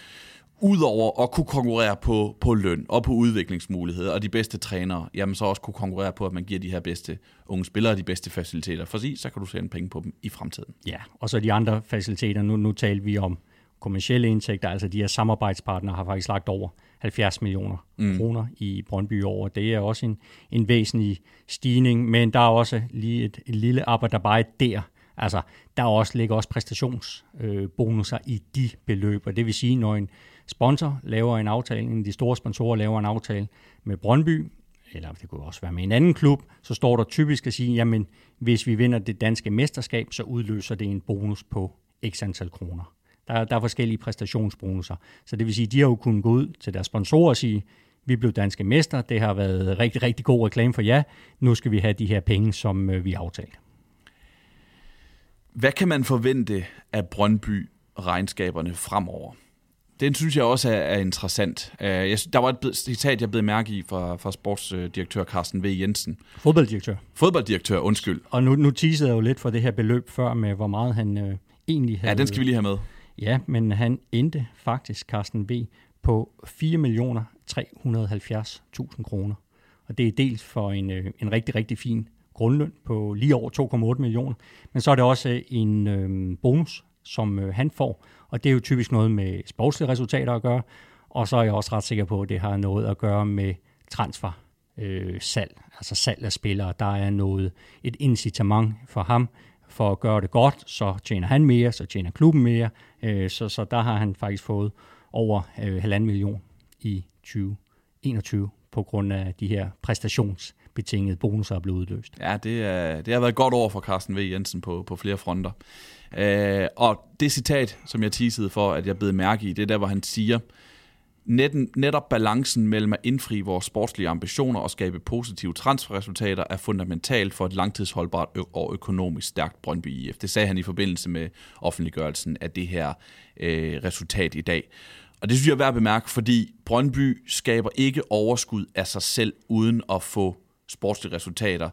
S1: udover at kunne konkurrere på, på løn og på udviklingsmuligheder og de bedste trænere, jamen så også kunne konkurrere på, at man giver de her bedste unge spillere de bedste faciliteter. For så kan du tjene penge på dem i fremtiden.
S2: Ja, og så de andre faciliteter, nu, nu taler vi om kommercielle indtægter, altså de her samarbejdspartnere har faktisk lagt over halvfjerds millioner mm. kroner i Brøndby år. Det er også en, en væsentlig stigning, men der er også lige et, et lille arbejde der. Altså, der også ligger også præstationsbonusser øh, i de beløb, og det vil sige, når en sponsor laver en aftale, en af de store sponsorer laver en aftale med Brøndby, eller det kunne også være med en anden klub, så står der typisk at sige, jamen, hvis vi vinder det danske mesterskab, så udløser det en bonus på x antal kroner. Der, der er forskellige præstationsbonusser. Så det vil sige, de har jo kunnet gå ud til deres sponsorer og sige, vi blev danske mester, det har været rigtig, rigtig god reklame for jer, nu skal vi have de her penge, som øh, vi aftalte.
S1: Hvad kan man forvente af Brøndby-regnskaberne fremover? Den synes jeg også er, er interessant. Jeg, der var et citat, jeg blev mærke i fra, fra sportsdirektør Carsten V. Jensen.
S2: Fodbolddirektør.
S1: Fodbolddirektør, undskyld.
S2: Og nu, nu teasede jeg jo lidt for det her beløb før, med hvor meget han øh, egentlig havde.
S1: Ja, den skal vi lige have med.
S2: Ja, men han endte faktisk, Carsten V., på fire millioner tre hundrede og halvfjerds tusind kroner. Og det er dels for en, øh, en rigtig, rigtig fin grundløn på lige over to komma otte millioner. Men så er det også en øh, bonus, som øh, han får. Og det er jo typisk noget med sportslige resultater at gøre. Og så er jeg også ret sikker på, at det har noget at gøre med transfer, øh, salg, altså salg af spillere. Der er noget, et incitament for ham for at gøre det godt, så tjener han mere, så tjener klubben mere. Øh, så, så der har han faktisk fået over øh, halvanden million i tyve enogtyve på grund af de her præstationsbetingede bonusser er blevet udløst.
S1: Ja, det, er, det har været et godt år for Carsten V. Jensen på, på flere fronter. Øh, og det citat, som jeg teasede for, at jeg blev mærke i, det er der, hvor han siger, Net, netop balancen mellem at indfri vores sportslige ambitioner og skabe positive transferresultater er fundamentalt for et langtidsholdbart ø- og økonomisk stærkt Brøndby I F. Det sagde han i forbindelse med offentliggørelsen af det her øh, resultat i dag. Og det synes jeg er værd at bemærke, fordi Brøndby skaber ikke overskud af sig selv uden at få sportslige resultater.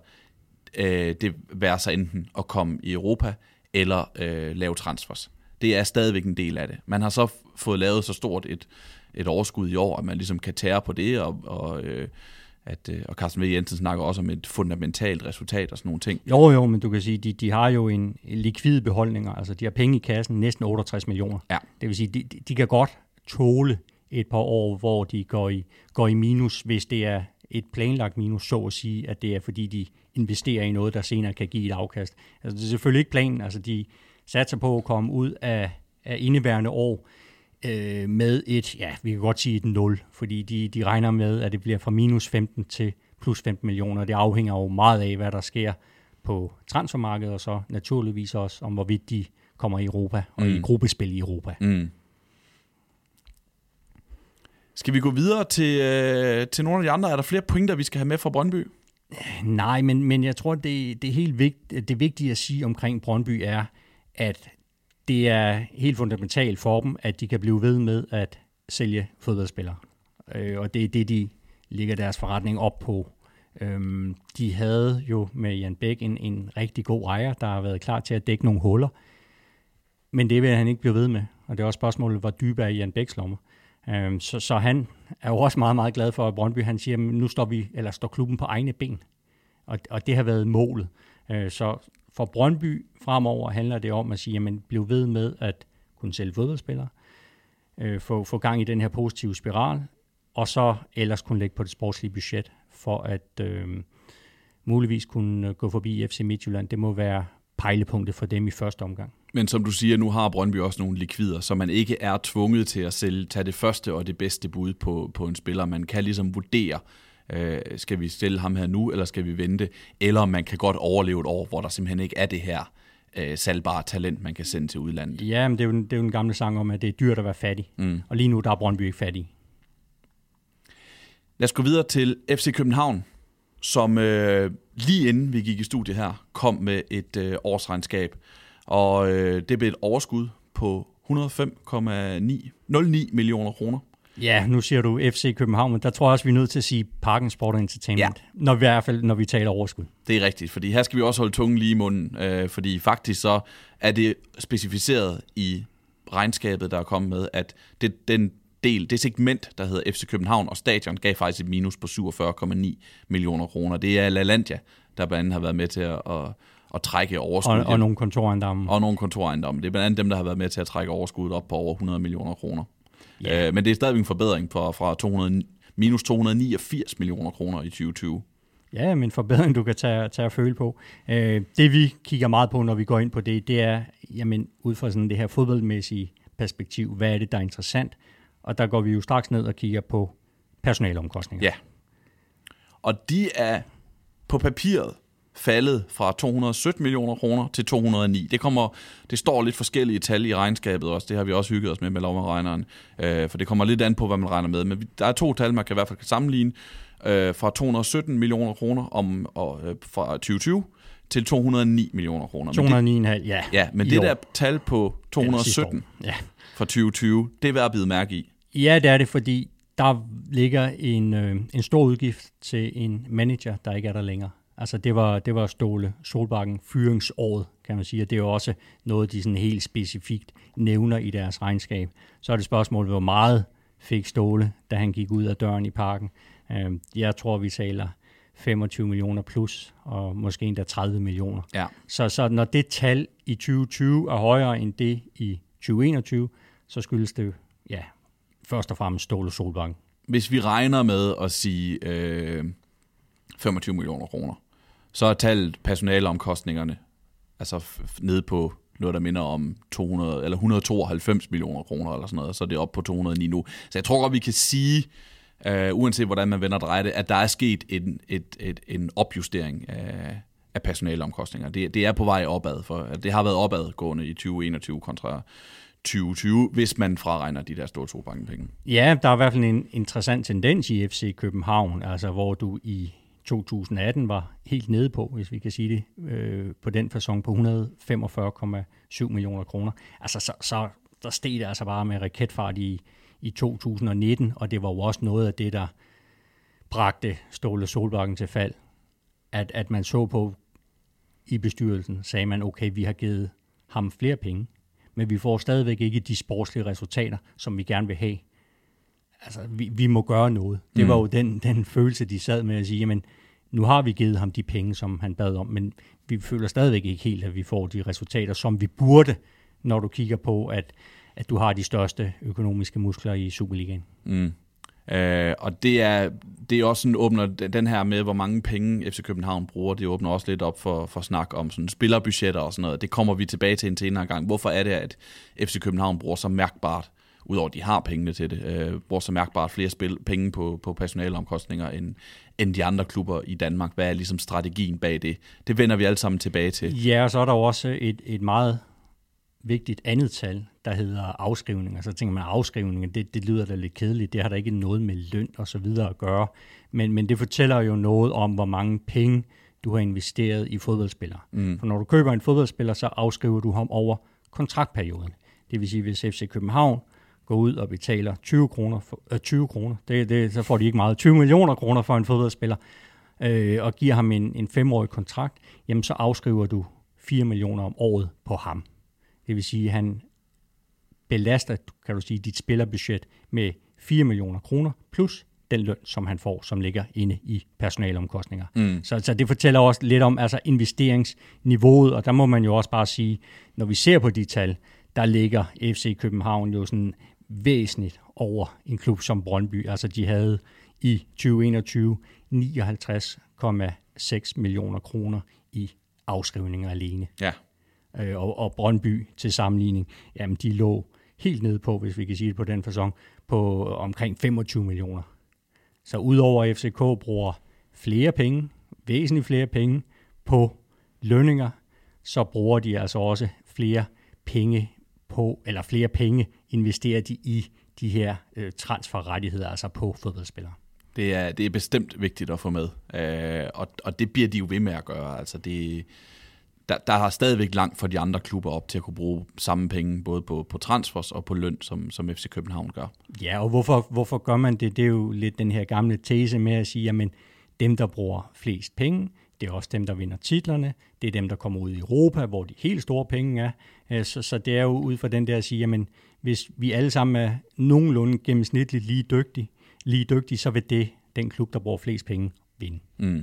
S1: Øh, det værer sig enten at komme i Europa eller øh, lave transfers. Det er stadigvæk en del af det. Man har så fået lavet så stort et et overskud i år, at man ligesom kan tære på det, og, og, øh, at, øh, og Carsten V. Jensen snakker også om et fundamentalt resultat og sådan nogle ting.
S2: Jo, jo, men du kan sige, de, de har jo en likvide beholdninger, altså de har penge i kassen, næsten otteogtres millioner.
S1: Ja.
S2: Det vil sige, de, de kan godt tåle et par år, hvor de går i, går i minus, hvis det er et planlagt minus, så at sige, at det er fordi, de investerer i noget, der senere kan give et afkast. Altså det er selvfølgelig ikke planen, altså de satser på at komme ud af, af indeværende år, med et, ja, vi kan godt sige et nul, fordi de, de regner med, at det bliver fra minus femten til plus femten millioner. Det afhænger jo meget af, hvad der sker på transfermarkedet, og så naturligvis også om, hvorvidt de kommer i Europa, og mm. i gruppespil i Europa.
S1: Mm. Skal vi gå videre til, øh, til nogle af de andre? Er der flere pointer, vi skal have med fra Brøndby?
S2: Nej, men, men jeg tror, det, det er helt vigtigt, det vigtige at sige omkring Brøndby er, at det er helt fundamentalt for dem, at de kan blive ved med at sælge fodboldspillere. Øh, og det er det, de lægger deres forretning op på. Øhm, de havde jo med Jan Bæk en, en rigtig god ejer, der har været klar til at dække nogle huller. Men det vil han ikke blive ved med. Og det er også spørgsmålet, hvor dyb er Jan Bæks lommer. Øhm, så, så han er jo også meget, meget glad for, at Brøndby, han siger, at nu står, vi, eller står klubben på egne ben. Og, og det har været målet. Øh, så for Brøndby fremover handler det om at sige, jamen bliv ved med at kunne sælge fodboldspillere, øh, få, få gang i den her positive spiral, og så ellers kunne lægge på det sportslige budget, for at øh, muligvis kunne gå forbi F C Midtjylland. Det må være pejlepunktet for dem i første omgang. Men
S1: som du siger, nu har Brøndby også nogle likvider, så man ikke er tvunget til at sælge, tage det første og det bedste bud på, på en spiller. Man kan ligesom vurdere, øh, skal vi stille ham her nu, eller skal vi vente? Eller man kan godt overleve et år, hvor der simpelthen ikke er det her øh, salgbare talent, man kan sende til udlandet.
S2: Ja, men det er, jo, det er jo en gammel sang om, at det er dyrt at være fattig. Mm. Og lige nu, der er Brøndby ikke fattig.
S1: Lad os gå videre til F C København, som øh, lige inden vi gik i studie her, kom med et øh, årsregnskab. Og øh, det blev et overskud på hundrede og fem komma nul ni millioner kroner.
S2: Ja, nu siger du F C København, men der tror jeg også, vi er nødt til at sige Parken Sport og Entertainment, ja. når vi i hvert fald når vi taler overskud.
S1: Det er rigtigt, fordi her skal vi også holde tungen lige i munden, øh, fordi faktisk så er det specificeret i regnskabet, der er kommet med, at det, den del, det segment, der hedder F C København og stadion, gav faktisk et minus på syvogfyrre komma ni millioner kroner. Det er LaLandia, der blandt andet har været med til at, at, at trække overskuddet.
S2: Og, og nogle kontorejendomme.
S1: Og nogle kontorejendomme. Det er blandt andet dem, der har været med til at trække overskuddet op på over hundrede millioner kroner. Yeah. Øh, men det er stadigvæk en forbedring fra, fra to hundrede, minus to hundrede niogfirs millioner kroner i tyve tyve.
S2: Ja, men forbedring, du kan tage, tage at føle på. Øh, det vi kigger meget på, når vi går ind på det, det er, jamen, ud fra sådan det her fodboldmæssige perspektiv, hvad er det, der er interessant? Og der går vi jo straks ned og kigger på personaleomkostninger.
S1: Ja, og de er på papiret faldet fra to hundrede og sytten millioner kroner til to hundrede og ni. Det kommer, det står lidt forskellige tal i regnskabet også. Det har vi også hygget os med med lommeregneren, øh, for det kommer lidt an på, hvad man regner med. Men der er to tal, man kan i hvert fald sammenligne. Øh, fra to hundrede og sytten millioner kroner om, og, øh, fra tyve tyve til to hundrede og ni millioner kroner.
S2: to hundrede og ni komma fem, ja.
S1: Ja, men det år. Der tal på to hundrede og sytten ja, fra tyve tyve, det er værd at bide mærke i.
S2: Ja, det er det, fordi der ligger en, øh, en stor udgift til en manager, der ikke er der længere. Altså det var, det var Ståle Solbakken fyringsåret, kan man sige, og det er jo også noget, de sådan helt specifikt nævner i deres regnskab. Så er det spørgsmålet, hvor meget fik Ståle, da han gik ud af døren i Parken. Jeg tror, vi taler femogtyve millioner plus, og måske endda tredive millioner.
S1: Ja.
S2: Så, så når det tal i tyve tyve er højere end det i tyve enogtyve, så skyldes det ja, først og fremmest Ståle Solbakken.
S1: Hvis vi regner med at sige øh, femogtyve millioner kroner, så er tallet personaleomkostningerne altså f- nede på noget, der minder om to hundrede eller et hundrede og tooghalvfems millioner kroner eller sådan noget, så er det op på to hundrede og ni nu. Så jeg tror godt, vi kan sige, uh, uanset hvordan man vender og drejer det, at der er sket en, et, et, en opjustering af, af personaleomkostninger. Det, det er på vej opad, for det har været opadgående i tyve enogtyve kontra tyve tyve, hvis man fraregner de der store Solbakken-penge.
S2: Ja, der er i hvert fald en interessant tendens i F C København, altså hvor du i to tusind atten var helt nede på, hvis vi kan sige det, øh, på den facon på et hundrede og femogfyrre komma syv millioner kroner. Altså så, så der steg det altså bare med raketfart i, i to tusind og nitten, og det var jo også noget af det, der bragte Ståle Solbakken til fald. At, at man så på i bestyrelsen, sagde man, okay, vi har givet ham flere penge, men vi får stadigvæk ikke de sportslige resultater, som vi gerne vil have. Altså, vi, vi må gøre noget. Det mm. var jo den, den følelse, de sad med at sige, jamen, nu har vi givet ham de penge, som han bad om, men vi føler stadigvæk ikke helt, at vi får de resultater, som vi burde, når du kigger på, at, at du har de største økonomiske muskler i Superligaen.
S1: Mm. Øh, og det er, det er også sådan, åbner den her med, hvor mange penge F C København bruger, det åbner også lidt op for, for snak om sådan spillerbudgetter og sådan noget. Det kommer vi tilbage til en senere gang. Hvorfor er det, at F C København bruger så mærkbart, udover at de har pengene til det, øh, bruger så mærkbart flere spil, penge på, på personaleomkostninger end, end de andre klubber i Danmark? Hvad er ligesom strategien bag det? Det vender vi alle sammen tilbage til.
S2: Ja, og så er der også et, et meget vigtigt andet tal, der hedder afskrivninger. Så tænker man, afskrivninger, det, det lyder da lidt kedeligt. Det har der ikke noget med løn og så videre at gøre. Men, men det fortæller jo noget om, hvor mange penge du har investeret i fodboldspillere. Mm. For når du køber en fodboldspiller, så afskriver du ham over kontraktperioden. Det vil sige, hvis F C København går ud og betaler tyve kroner, for, øh, tyve kroner det, det, så får de ikke meget, tyve millioner kroner for en fodboldspiller, øh, og giver ham en, en femårig kontrakt, jamen så afskriver du fire millioner om året på ham. Det vil sige, at han belaster, kan du sige, dit spillerbudget med fire millioner kroner, plus den løn, som han får, som ligger inde i personalomkostninger. Mm. Så, så det fortæller også lidt om altså investeringsniveauet, og der må man jo også bare sige, når vi ser på de tal, der ligger F C København jo sådan væsentligt over en klub som Brøndby. Altså de havde i tyve enogtyve nioghalvtreds komma seks millioner kroner i afskrivninger alene.
S1: Ja.
S2: Øh, og, og Brøndby til sammenligning, jamen de lå helt nede på, hvis vi kan sige det på den facon, på omkring femogtyve millioner. Så udover F C K bruger flere penge, væsentligt flere penge på lønninger, så bruger de altså også flere penge på, eller flere penge investerer de i de her øh, transferrettigheder, altså på fodboldspillere.
S1: Det er, det er bestemt vigtigt at få med, øh, og, og det bliver de jo ved med at gøre. Altså det, der, der har stadigvæk langt for de andre klubber op til at kunne bruge samme penge, både på, på transfers og på løn, som, som F C København gør.
S2: Ja, og hvorfor, hvorfor gør man det? Det er jo lidt den her gamle tese med at sige, jamen dem, der bruger flest penge, det er også dem, der vinder titlerne, det er dem, der kommer ud i Europa, hvor de helt store penge er. Så, så det er jo ud fra den der at sige, jamen hvis vi alle sammen er nogenlunde gennemsnitligt lige dygtige, lige dygtige, så vil det den klub, der bruger flest penge, vinde. Mm.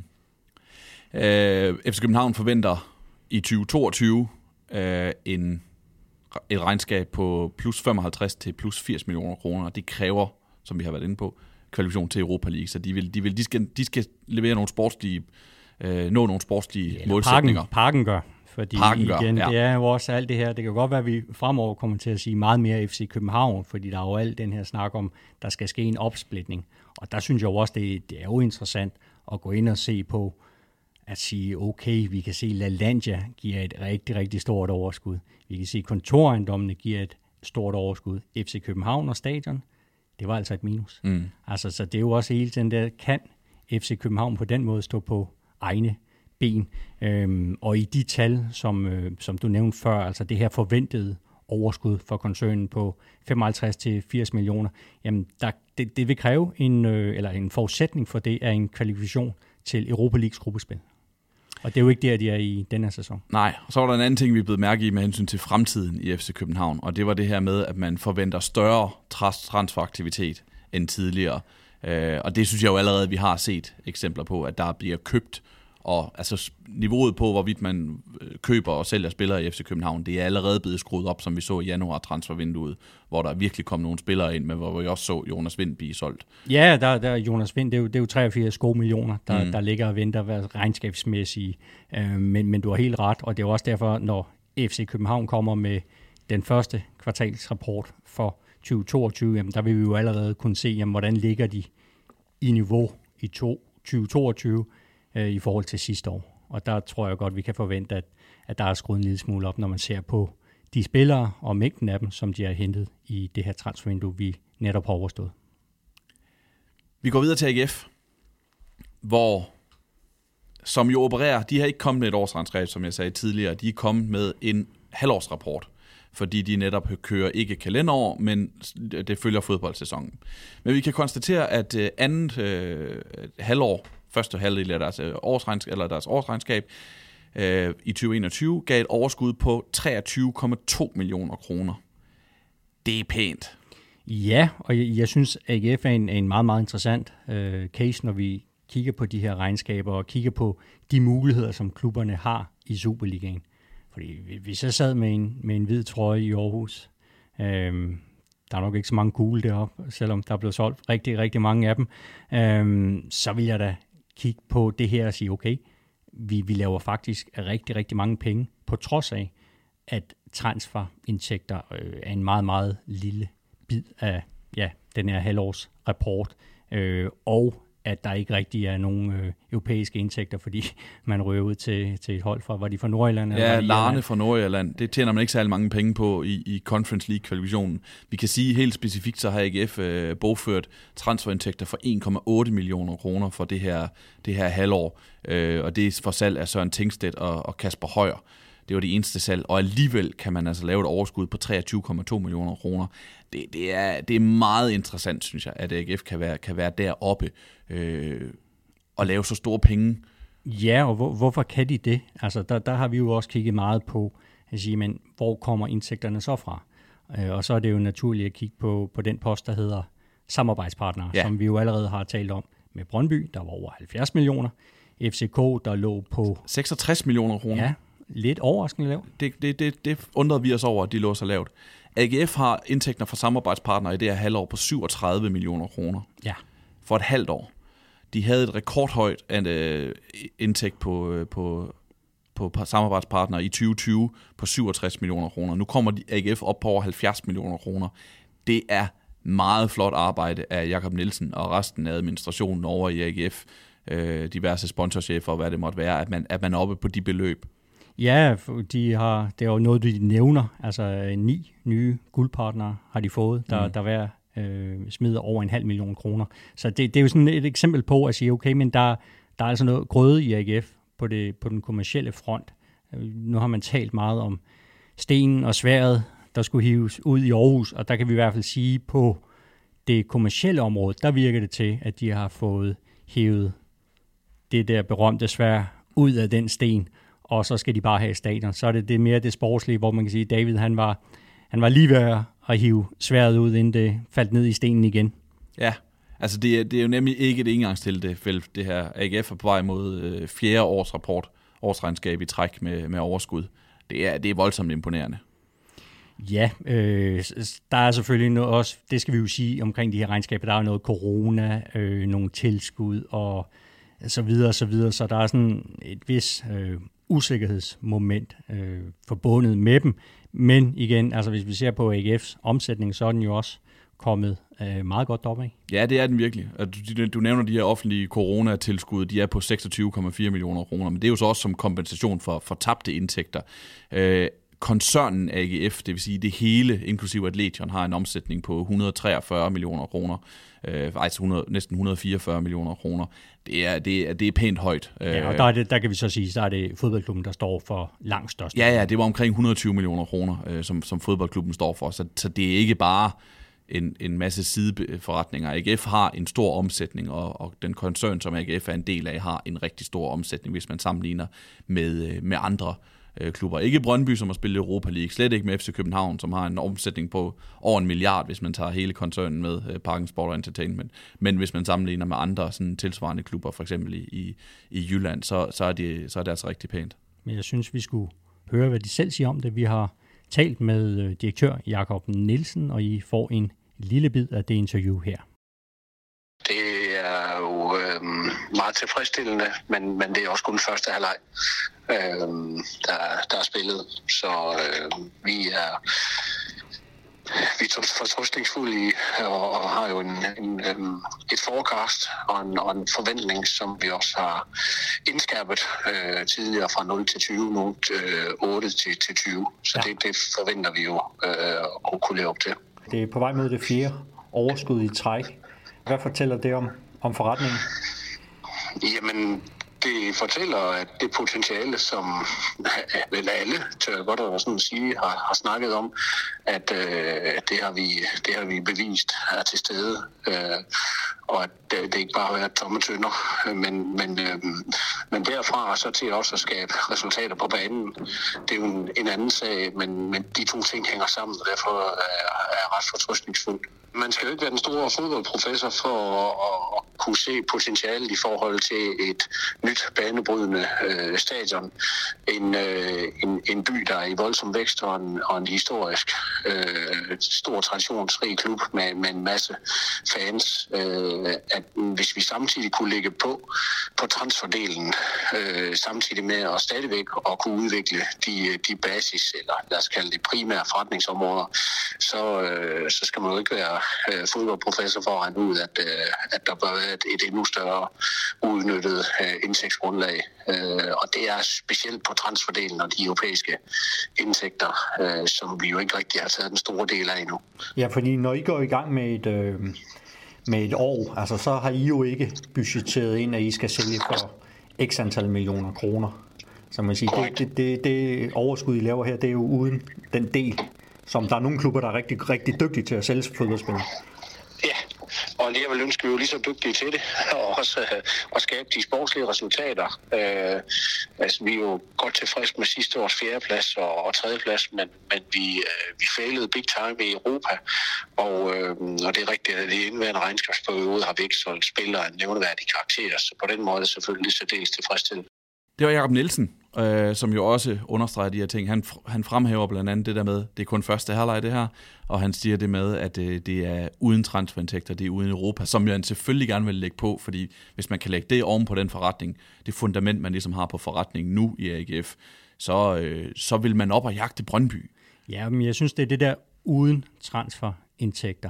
S1: Øh, F C København forventer i tyve toogtyve øh, en, et regnskab på plus femoghalvtreds til plus firs millioner kroner. Det kræver, som vi har været inde på, kvalifikation til Europa League. Så de, vil, de, vil, de, skal, de skal levere nogle sportslige, øh, nå nogle sportslige ja, målsætninger.
S2: Parken, parken gør. Fordi
S1: parken gør,
S2: igen,
S1: ja.
S2: det er jo også alt det her. Det kan godt være, at vi fremover kommer til at sige meget mere F C København, fordi der er jo alt den her snak om, der skal ske en opsplitning. Og der synes jeg jo også, det, det er jo interessant at gå ind og se på, at sige, okay, vi kan se, at LaLandia giver et rigtig, rigtig stort overskud. Vi kan se, at kontorejendommene giver et stort overskud. F C København og stadion, det var altså et minus. Mm. Altså, så det er jo også hele tiden der, kan F C København på den måde stå på egne ben. Øhm, og i de tal, som, øh, som du nævnte før, altså det her forventede overskud for koncernen på femoghalvtreds til firs millioner, jamen der, det, det vil kræve en, øh, eller en forudsætning for det, er en kvalifikation til Europa Leagues gruppespil. Og det er jo ikke der, de er i denne sæson. Nej,
S1: og så var der en anden ting, vi er blevet mærke i med hensyn til fremtiden i F C København, og det var det her med, at man forventer større transferaktivitet end tidligere. Øh, og det synes jeg jo allerede, vi har set eksempler på, at der bliver købt, og altså niveauet på, hvorvidt man køber og sælger spillere i F C København, det er allerede blevet skruet op, som vi så i januar transfervinduet, hvor der virkelig kom nogle spillere ind, men hvor vi også så Jonas Vind blive solgt.
S2: Ja, der, der Jonas Vind, det er jo, det er jo treogfirs gode millioner, der, mm. der ligger og venter regnskabsmæssigt, øh, men, men du har helt ret, og det er også derfor, når F C København kommer med den første kvartalsrapport for tyve toogtyve, jamen der vil vi jo allerede kunne se, jamen, hvordan ligger de i niveau i tyve toogtyve, i forhold til sidste år. Og der tror jeg godt, vi kan forvente, at, at der er skruet en lille smule op, når man ser på de spillere og mængden af dem, som de har hentet i det her transfervindue, vi netop har overstået.
S1: Vi går videre til A G F, hvor som jo opererer, de har ikke kommet med et årsregnskab, som jeg sagde tidligere, de er kommet med en halvårsrapport, fordi de netop kører ikke kalenderår, men det følger fodboldsæsonen. Men vi kan konstatere, at andet øh, halvår, første halvdel af deres årsregnskab, eller deres årsregnskab øh, i tyve enogtyve gav et overskud på treogtyve komma to millioner kroner. Det er pænt.
S2: Ja, og jeg, jeg synes, A G F er en, en meget, meget interessant øh, case, når vi kigger på de her regnskaber og kigger på de muligheder, som klubberne har i Superligaen. Fordi hvis jeg sad med en, med en hvid trøje i Aarhus, øh, der er nok ikke så mange gule deroppe, selvom der er blevet solgt rigtig, rigtig mange af dem, øh, så vil jeg da kigge på det her og sige, okay, vi, vi laver faktisk rigtig, rigtig mange penge, på trods af, at transferindtægter øh, er en meget, meget lille bid af ja, den her halvårsrapport, øh, og at der ikke rigtig er nogen øh, europæiske indtægter, fordi man rører ud til, til et hold fra, var de fra Nordjylland?
S1: Ja, Larne fra Nordjylland. Det tjener man ikke særlig mange penge på i, i Conference League-kvalifikationen. Vi kan sige helt specifikt, så har A G F øh, bogført transferindtægter for en komma otte millioner kroner for det her, det her halvår, øh, og det er for salg af Søren Tingstedt og, og Kasper Højer. Det var det eneste salg, og alligevel kan man altså lave et overskud på treogtyve komma to millioner kroner. Det, det, er, det er meget interessant, synes jeg, at A G F kan være, kan være deroppe. Øh, at lave så store penge.
S2: Ja, og hvor, hvorfor kan de det? Altså, der, der har vi jo også kigget meget på, at sige, men hvor kommer indtægterne så fra? Øh, og så er det jo naturligt at kigge på, på den post, der hedder samarbejdspartnere, ja. Som vi jo allerede har talt om med Brøndby, der var over halvfjerds millioner. F C K, der lå på
S1: seksogtres millioner kroner.
S2: Ja, lidt overraskende lavt.
S1: Det, det, det, det undrede vi os over, at de lå så lavt. A G F har indtægter fra samarbejdspartnere i det her halvår på syvogtredive millioner kroner.
S2: Ja.
S1: For et halvt år. De havde et rekordhøjt uh, indtægt på, uh, på, på samarbejdspartnere i tyve tyve på syvogtres millioner kroner. Nu kommer de A G F op på over halvfjerds millioner kroner. Det er meget flot arbejde af Jakob Nielsen og resten af administrationen over i A G F, uh, diverse sponsorchefer og hvad det måtte være, at man, at man er oppe på de beløb.
S2: Ja, de har, det er jo noget, de nævner. Altså ni nye guldpartnere har de fået, der, mm. der hver øh, smider over en halv million kroner. Så det, det er jo sådan et eksempel på at sige, okay, men der, der er altså noget grøde i A G F på, det, på den kommercielle front. Nu har man talt meget om stenen og sværet, der skulle hives ud i Aarhus, og der kan vi i hvert fald sige, på det kommercielle område, der virker det til, at de har fået hævet det der berømte sværd ud af den sten, og så skal de bare have stadion. Så er det, det mere det sportslige, hvor man kan sige, at David han var, han var lige ved at hive sværdet ud, inden det faldt ned i stenen igen.
S1: Ja, altså det er, det er jo nemlig ikke et engangstilfælde, det her. A G F er på vej mod øh, fjerde års rapport, årsregnskab i træk med, med overskud. Det er, det er voldsomt imponerende.
S2: Ja, øh, der er selvfølgelig noget også, det skal vi jo sige omkring de her regnskaber, der er noget corona, øh, nogle tilskud og så videre, så videre, så der er sådan et vis øh, usikkerhedsmoment øh, forbundet med dem. Men igen, altså hvis vi ser på A G F's omsætning, så er den jo også kommet øh, meget godt opad.
S1: Ja, det er den virkelig. Du, du nævner de her offentlige coronatilskud, de er på seksogtyve komma fire millioner kroner, men det er jo så også som kompensation for, for tabte indtægter. Øh, koncernen A G F, det vil sige det hele, inklusive Atletion, har en omsætning på et hundrede og treogfyrre millioner kroner. Øh, altså hundrede, næsten et hundrede og fireogfyrre millioner kroner. Det er, det, er, det er pænt højt.
S2: Ja, og der, er det, der kan vi så sige, så er det fodboldklubben, der står for langt størst.
S1: Ja, ja, det var omkring et hundrede og tyve millioner kroner, øh, som, som fodboldklubben står for. Så, så det er ikke bare en, en masse sideforretninger. A G F har en stor omsætning, og, og den koncern, som A G F er en del af, har en rigtig stor omsætning, hvis man sammenligner med, med andre klubber. Ikke Brøndby, som har spillet Europa League, slet ikke med F C København, som har en omsætning på over en milliard, hvis man tager hele koncernen med, Parken Sport og Entertainment. Men hvis man sammenligner med andre sådan tilsvarende klubber, for eksempel i, i Jylland, så, så, er det, så er det altså rigtig pænt.
S2: Men jeg synes, vi skulle høre, hvad de selv siger om det. Vi har talt med direktør Jakob Nielsen, og I får en lille bid af det interview her.
S5: Det er jo øh, meget tilfredsstillende, men, men det er også kun første halvleg, øh, der, der er spillet. Så øh, vi er vi er fortrøstningsfulde i, og, og har jo en, en, et forecast og en, og en forventning, som vi også har indskærpet øh, tidligere fra nul til tyve, nu øh, otte til, til tyve. Så ja. det, det forventer vi jo øh, at kunne leve op til.
S4: Det er på vej mod det fjerde overskud i træk. Hvad fortæller det om, om forretningen?
S5: Jamen, det fortæller, at det potentiale, som vel alle, tør jeg godt at sådan sige, har, har snakket om, at øh, det, har vi, det har vi bevist er til stede. Øh, og at det, det ikke bare er tomme tønder, men, men, øh, men derfra så til også at skabe resultater på banen, det er jo en, en anden sag, men, men de to ting hænger sammen, og derfor er jeg ret fortrøstningsfuld. Man skal jo ikke være den store fodboldprofessor for at, at kunne se potentialet i forhold til et nyt banebrydende øh, stadion. En, øh, en, en by, der er i voldsom vækst, og en, og en historisk øh, stor traditionsrig klub med, med en masse fans. Øh, at hvis vi samtidig kunne lægge på på transferdelen, øh, samtidig med at stadigvæk at kunne udvikle de, de basis, eller lad os kalde det primære forretningsområder, så, øh, så skal man jo ikke være øh, fodboldprofessor for at regne ud, at, øh, at der bør være et, et endnu større udnyttet øh, indtægtsgrundlag. Øh, og det er specielt på transferdelen og de europæiske indtægter, øh, som vi jo ikke rigtig har taget den store del af endnu.
S4: Ja, fordi når I går i gang med et, øh, med et år, altså så har I jo ikke budgetteret ind, at I skal sælge for x antal millioner kroner. Så man siger, det, det, det, det overskud, I laver her, det er jo uden den del, som der er nogle klubber, der er rigtig, rigtig dygtige til at sælge fodboldspillere.
S5: Ja, og alligevel ønsker vi jo lige så dygtige til det, og også øh, at skabe de sportslige resultater. Øh, altså, vi er jo godt tilfredse med sidste års fjerdeplads og, og tredjeplads, men, men vi, øh, vi failede big time i Europa, og, øh, og det er rigtigt, at i indværende regnskabsperiode har vi ikke solgt spillere en nævneværdig karakter, så på den måde er det selvfølgelig så dels tilfredsstillende.
S1: Det var Jakob Nielsen, øh, som jo også understreger de her ting. Han, han fremhæver blandt andet det der med, det er kun første halvleg det her, og han siger det med, at øh, det er uden transferindtægter, det er uden Europa, som han selvfølgelig gerne vil lægge på, fordi hvis man kan lægge det oven på den forretning, det fundament, man ligesom har på forretningen nu i A G F, så, øh, så vil man op og jagte Brøndby.
S2: Ja, men jeg synes, det er det der uden transferindtægter,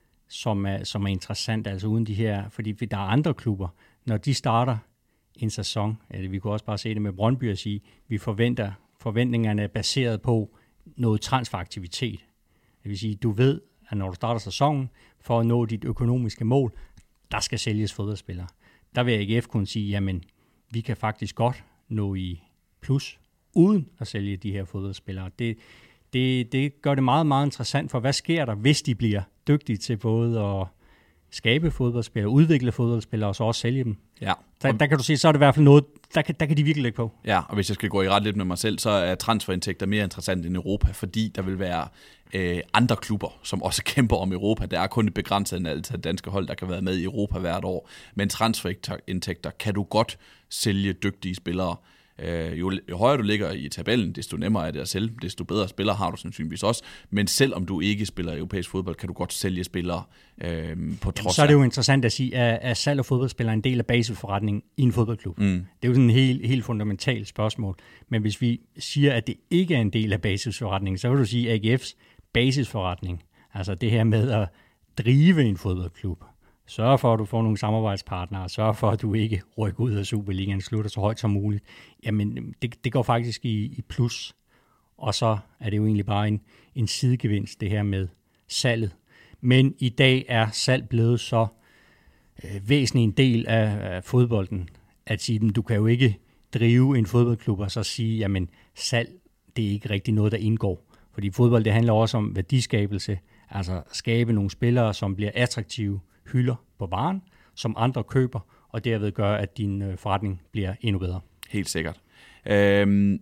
S2: som er, som er interessant, altså uden de her, fordi der er andre klubber, når de starter en sæson, eller vi kunne også bare se det med Brøndby og sige, vi forventer, forventningerne er baseret på noget transferaktivitet. Det vil sige, du ved, at når du starter sæsonen, for at nå dit økonomiske mål, der skal sælges fodboldspillere. Der vil A G F kunne sige, jamen, vi kan faktisk godt nå i plus, uden at sælge de her fodboldspillere. Det, det, det gør det meget, meget interessant, for hvad sker der, hvis de bliver dygtige til både at skabe fodboldspillere, udvikle fodboldspillere og så også sælge dem.
S1: Ja.
S2: Der, der kan du sige, så er det i hvert fald noget, der kan, der kan de virkelig lægge på.
S1: Ja, og hvis jeg skal gå i ret lidt med mig selv, så er transferindtægter mere interessant end Europa, fordi der vil være øh, andre klubber, som også kæmper om Europa. Der er kun et begrænset antal danske hold, der kan være med i Europa hvert år. Men transferindtægter kan du godt sælge dygtige spillere. Øh, jo, jo højere du ligger i tabellen, desto nemmere er det at sælge, desto bedre spillere har du sandsynligvis også. Men selvom du ikke spiller europæisk fodbold, kan du godt sælge spillere øh, på trods af.
S2: Så er det jo interessant at sige, at, at salg af fodboldspillere er en del af basisforretningen i en fodboldklub. Mm. Det er jo sådan et helt, helt fundamentalt spørgsmål. Men hvis vi siger, at det ikke er en del af basisforretningen, så vil du sige, at A G F's basisforretning, altså det her med at drive en fodboldklub, sørg for, at du får nogle samarbejdspartnere, sørg for, at du ikke rykker ud af Superligaen, slutter så højt som muligt. Jamen, det, det går faktisk i, i plus. Og så er det jo egentlig bare en, en sidegevinst, det her med salget. Men i dag er salg blevet så øh, væsentlig en del af, af fodbolden, at sige, du kan jo ikke drive en fodboldklub og så sige, jamen salg, det er ikke rigtig noget, der indgår. Fordi fodbold, det handler også om værdiskabelse, altså skabe nogle spillere, som bliver attraktive hylder på varen, som andre køber, og derved gør, at din øh, forretning bliver endnu bedre.
S1: Helt sikkert. Øhm,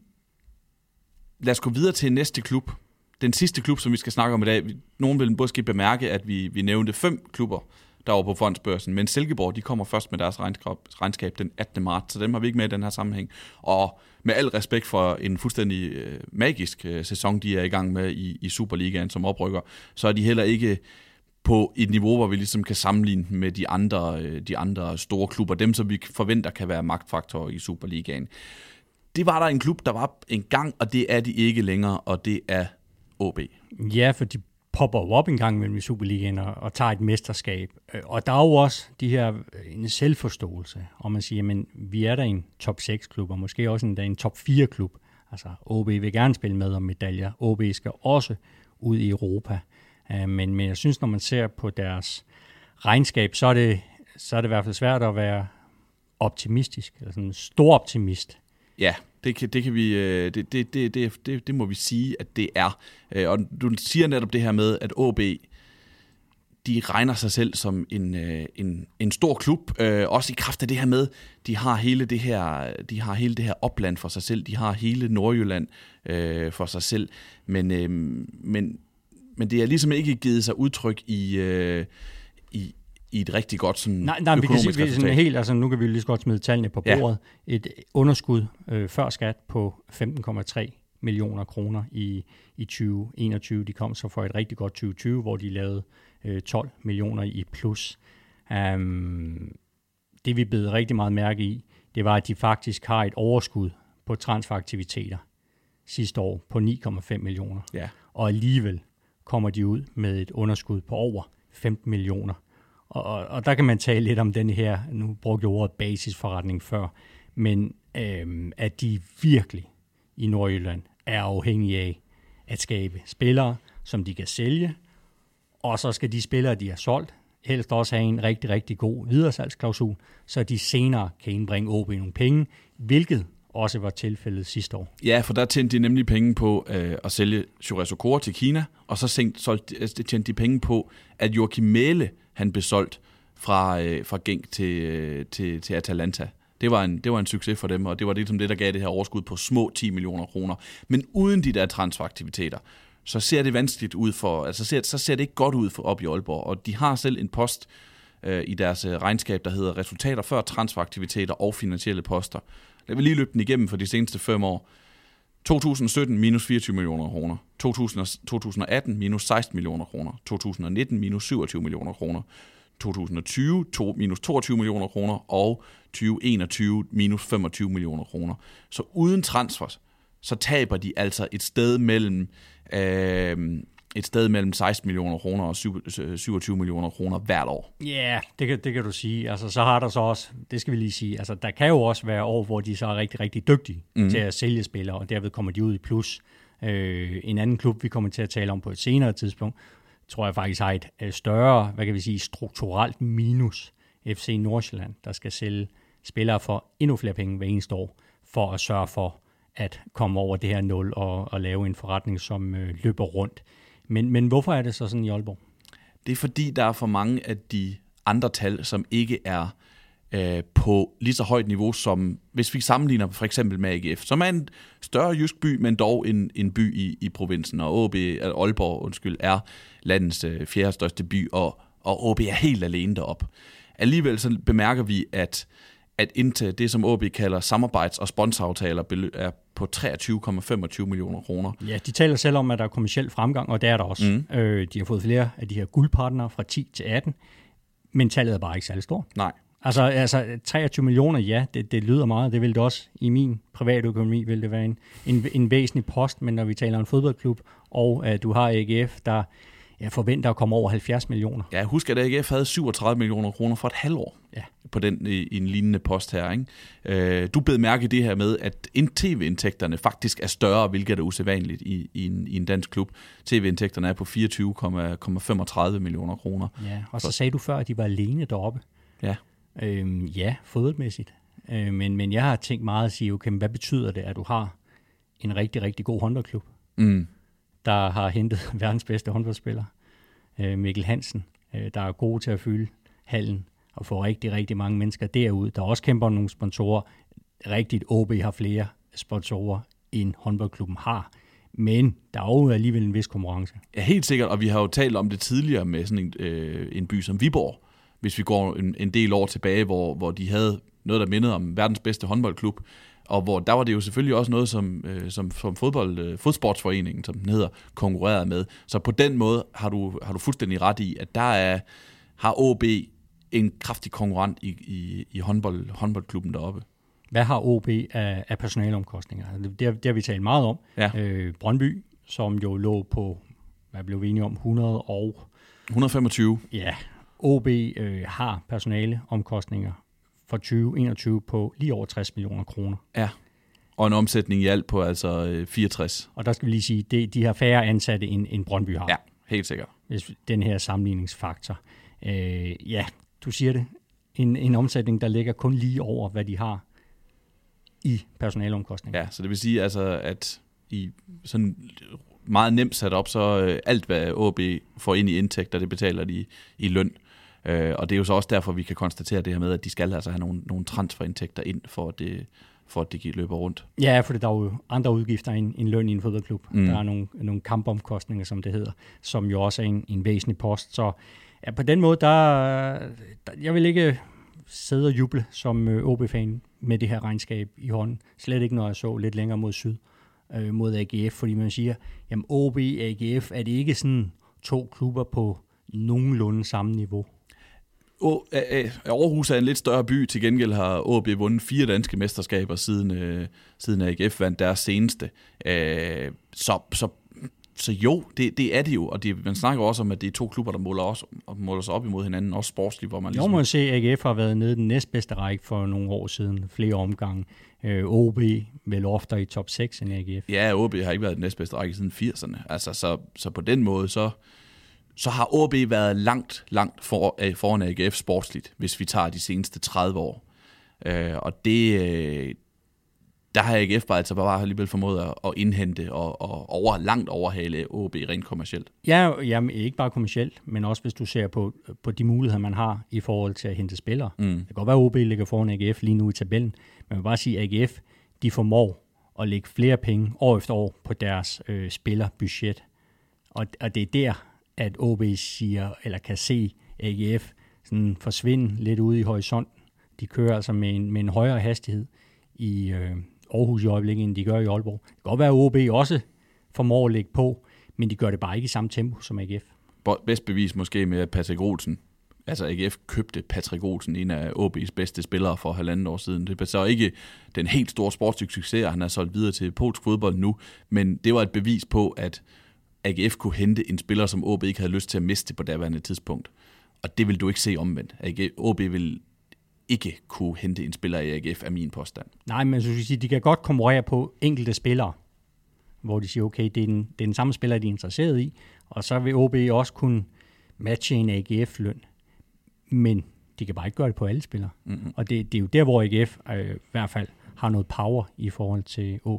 S1: lad os gå videre til næste klub. Den sidste klub, som vi skal snakke om i dag. Nogen vil måske bemærke, at vi, vi nævnte fem klubber, der var på fondsbørsen, men Silkeborg, de kommer først med deres regnskab, regnskab den attende marts, så dem har vi ikke med i den her sammenhæng. Og med al respekt for en fuldstændig øh, magisk øh, sæson, de er i gang med i, i Superligaen som oprykker, så er de heller ikke på et niveau, hvor vi ligesom kan sammenligne med de andre, de andre store klubber, dem som vi forventer kan være magtfaktorer i Superligaen. Det var der en klub, der var en gang, og det er de ikke længere, og det er O B.
S2: Ja, for de popper jo op en gang mellem i Superligaen og, og tager et mesterskab. Og der er jo også de her en selvforståelse, og man siger, men vi er der en top seks klub, og måske også en, en top fire klub. Altså O B vil gerne spille med om medaljer. O B skal også ud i Europa. Men, men jeg synes, når man ser på deres regnskab, så er det, så er det i hvert fald svært at være optimistisk, eller sådan en stor optimist.
S1: Ja, det kan, det kan vi, det, det, det, det, det må vi sige, at det er. Og du siger netop det her med, at O B, de regner sig selv som en, en, en stor klub, også i kraft af det her med, de har hele det her, de har hele det her opland for sig selv, de har hele Nordjylland øh, for sig selv, men, øh, men Men det er ligesom ikke givet sig udtryk i, øh, i, i et rigtig godt sådan
S2: nej, nej,
S1: økonomisk
S2: vi kan sige, sådan helt, altså nu kan vi lige så godt smide tallene på bordet. Ja. Et underskud øh, før skat på femten komma tre millioner kroner i, i tyve enogtyve. De kom så for et rigtig godt tyve tyve, hvor de lavede øh, tolv millioner i plus. Um, det vi blev rigtig meget mærke i, det var, at de faktisk har et overskud på transferaktiviteter sidste år på ni komma fem millioner.
S1: Ja.
S2: Og alligevel kommer de ud med et underskud på over femten millioner. Og, og, og der kan man tale lidt om den her, nu brugte jeg ordet basisforretning før, men øhm, at de virkelig i Nordjylland er afhængige af at skabe spillere, som de kan sælge, og så skal de spillere, de har solgt, helst også have en rigtig, rigtig god videresalgsklausul, så de senere kan indbringe O B nogle penge, hvilket også var tilfældet sidste år.
S1: Ja, for der tjente de nemlig penge på øh, at sælge Chores Okoro til Kina, og så tjente de penge på, at Joachim Mæhle, han blev solgt fra, øh, fra Genk til, øh, til, til Atalanta. Det var, en, det var en succes for dem, og det var ligesom det, der gav det her overskud på små ti millioner kroner. Men uden de der transferaktiviteter, så ser det vanskeligt ud for, altså ser, så ser det ikke godt ud for op i Aalborg, og de har selv en post øh, i deres øh, regnskab, der hedder resultater før transferaktiviteter og finansielle poster. Jeg vil lige løbe den igennem for de seneste fem år. to tusind sytten minus fireogtyve millioner kroner, to tusind atten minus seksten millioner kroner, to tusind nitten minus syvogtyve millioner kroner, to tusind tyve to, minus toogtyve millioner kroner og tyve enogtyve minus femogtyve millioner kroner. Så uden transfers, så taber de altså et sted mellem øh, et sted mellem seksten millioner kroner og syvogtyve millioner kroner hvert år.
S2: Ja, yeah, det kan, det kan du sige. Altså, så har der så også, det skal vi lige sige, altså, der kan jo også være år, hvor de så er rigtig, rigtig dygtige mm. til at sælge spillere, og derved kommer de ud i plus. Øh, en anden klub, vi kommer til at tale om på et senere tidspunkt, tror jeg faktisk har et større, hvad kan vi sige, strukturelt minus, F C Nordsjælland, der skal sælge spillere for endnu flere penge hver eneste år, for at sørge for at komme over det her nul og, og lave en forretning, som øh, løber rundt. Men, men hvorfor er det så sådan i Aalborg?
S1: Det er fordi, der er for mange af de andre tal, som ikke er øh, på lige så højt niveau, som hvis vi sammenligner for eksempel med A G F, som er en større jysk by, men dog en, en by i, i provinsen, og A B, Aalborg undskyld, er landets øh, fjerde største by, og, og A B er helt alene deroppe. Alligevel så bemærker vi, at at indtil det, som A B kalder samarbejds- og sponsoraftaler, er på treogtyve komma femogtyve millioner kroner.
S2: Ja, de taler selv om, at der er kommerciel fremgang, og det er der også. Mm. Øh, de har fået flere af de her guldpartnere fra ti til atten, men tallet er bare ikke særlig stort.
S1: Nej.
S2: Altså, altså treogtyve millioner, ja, det, det lyder meget. Det vil det også i min private økonomi, vil det være en, en, en væsentlig post, men når vi taler om en fodboldklub, og uh, du har A G F, der jeg forventer at komme over halvfjerds millioner.
S1: Ja, husk, at A G F havde syvogtredive millioner kroner for et halvår
S2: ja.
S1: på den i, i en lignende post her. Ikke? Øh, du bed mærke i det her med, at T V-indtægterne faktisk er større, hvilket er usædvanligt i, i, en, i en dansk klub. T V-indtægterne er på fireogtyve komma femogtredive millioner kroner.
S2: Ja, og så sagde du før, at de var alene deroppe.
S1: Ja.
S2: Øhm, ja, fodboldmæssigt. Øh, men, men jeg har tænkt meget at sige, okay, hvad betyder det, at du har en rigtig, rigtig god håndboldklub?
S1: Mm.
S2: Der har hentet verdens bedste håndboldspiller, Mikkel Hansen, der er god til at fylde hallen og få rigtig, rigtig mange mennesker derud. Der også kæmper nogle sponsorer. Rigtigt, A B har flere sponsorer, end håndboldklubben har. Men der er jo alligevel en vis konkurrence.
S1: Ja, helt sikkert, og vi har jo talt om det tidligere med sådan en, øh, en by som Viborg, hvis vi går en, en del år tilbage, hvor, hvor de havde noget, der mindede om verdens bedste håndboldklub. Og hvor der var det jo selvfølgelig også noget, som, øh, som, som fodbold, øh, fodsportsforeningen, som den hedder, konkurrerede med. Så på den måde har du, har du fuldstændig ret i, at der er, har A B en kraftig konkurrent i, i, i håndbold, håndboldklubben deroppe.
S2: Hvad har A B af, af personaleomkostninger? Det, det har vi talt meget om.
S1: Ja.
S2: Øh, Brøndby, som jo lå på, hvad blev vi enige om, hundrede og...
S1: et hundrede og femogtyve.
S2: Ja, A B øh, har personaleomkostninger for tyve enogtyve på lige over tres millioner kroner.
S1: Ja, og en omsætning i alt på altså fireogtres.
S2: Og der skal vi lige sige, at de har færre ansatte, end, end Brøndby har.
S1: Ja, helt sikkert.
S2: Hvis den her sammenligningsfaktor. Øh, ja, du siger det. En, en omsætning, der ligger kun lige over, hvad de har i personaleomkostninger.
S1: Ja, så det vil sige, altså, at i sådan meget nemt sat op, så øh, alt, hvad A B får ind i indtægter, det betaler de i løn. Øh, og det er jo så også derfor, vi kan konstatere det her med, at de skal altså have nogle, nogle transferindtægter ind, for at det, for at det løber rundt.
S2: Ja, for der er jo andre udgifter end, end løn i en fodboldklub.
S1: Mm.
S2: Der er nogle, nogle kampomkostninger, som det hedder, som jo også er en, en væsentlig post. Så ja, på den måde, der, der jeg vil ikke sidde og juble som A B-fan med det her regnskab i hånden. Slet ikke, når jeg så lidt længere mod syd, øh, mod A G F, fordi man siger, jamen A B, A G F, er det ikke sådan to klubber på nogenlunde samme niveau?
S1: Oh, øh, Aarhus er en lidt større by. Til gengæld har A B vundet fire danske mesterskaber siden, øh, siden A G F vandt deres seneste. Øh, så, så, så jo, det, det er det jo. Og det, man snakker også om, at det er to klubber, der måler, også, måler sig op imod hinanden, også sportsligt. Hvor man ligesom...
S2: Jo, må se, at A G F har været nede i den næstbedste række for nogle år siden, flere omgange. Øh, A B vel oftere i top seks end A G F.
S1: Ja, A B har ikke været den næstbedste række siden firserne. Altså, så, så på den måde, så... så har A B været langt, langt for, øh, foran A G F sportsligt, hvis vi tager de seneste tredive år. Øh, og det, øh, der har A G F bare altså bare alligevel formået at, at indhente og, og over, langt overhale O B rent kommercielt.
S2: Ja, jamen, ikke bare kommercielt, men også hvis du ser på, på de muligheder, man har i forhold til at hente spillere. Mm. Det kan godt være, at O B ligger foran A G F lige nu i tabellen, men man vil bare sige, at A G F de formår at lægge flere penge år efter år på deres øh, spillerbudget. Og, og det er der, at O B siger, eller kan se A G F sådan forsvinde lidt ude i horisonten. De kører altså med en, med en højere hastighed i øh, Aarhus i øjeblikket, end de gør i Aalborg. Det kan godt være, at O B også formår at lægge på, men de gør det bare ikke i samme tempo som A G F.
S1: Bedst bevis måske med Patrick Olsen. Altså A G F købte Patrick Olsen, en af O B's bedste spillere for halvandet år siden. Det er så ikke den helt store sportslige succes, han er solgt videre til polsk fodbold nu, men det var et bevis på, at A G F kunne hente en spiller, som O B ikke havde lyst til at miste på daværende tidspunkt. Og det vil du ikke se omvendt. O B vil ikke kunne hente en spiller i A G F, af min påstand.
S2: Nej, men så skal sige, de kan godt konkurrere på enkelte spillere, hvor de siger, okay, det er den, det er den samme spiller, de er interesseret i, og så vil O B også kunne matche en A G F-løn. Men de kan bare ikke gøre det på alle spillere. Mm-hmm. Og det, det er jo der, hvor A G F øh, i hvert fald har noget power i forhold til O B.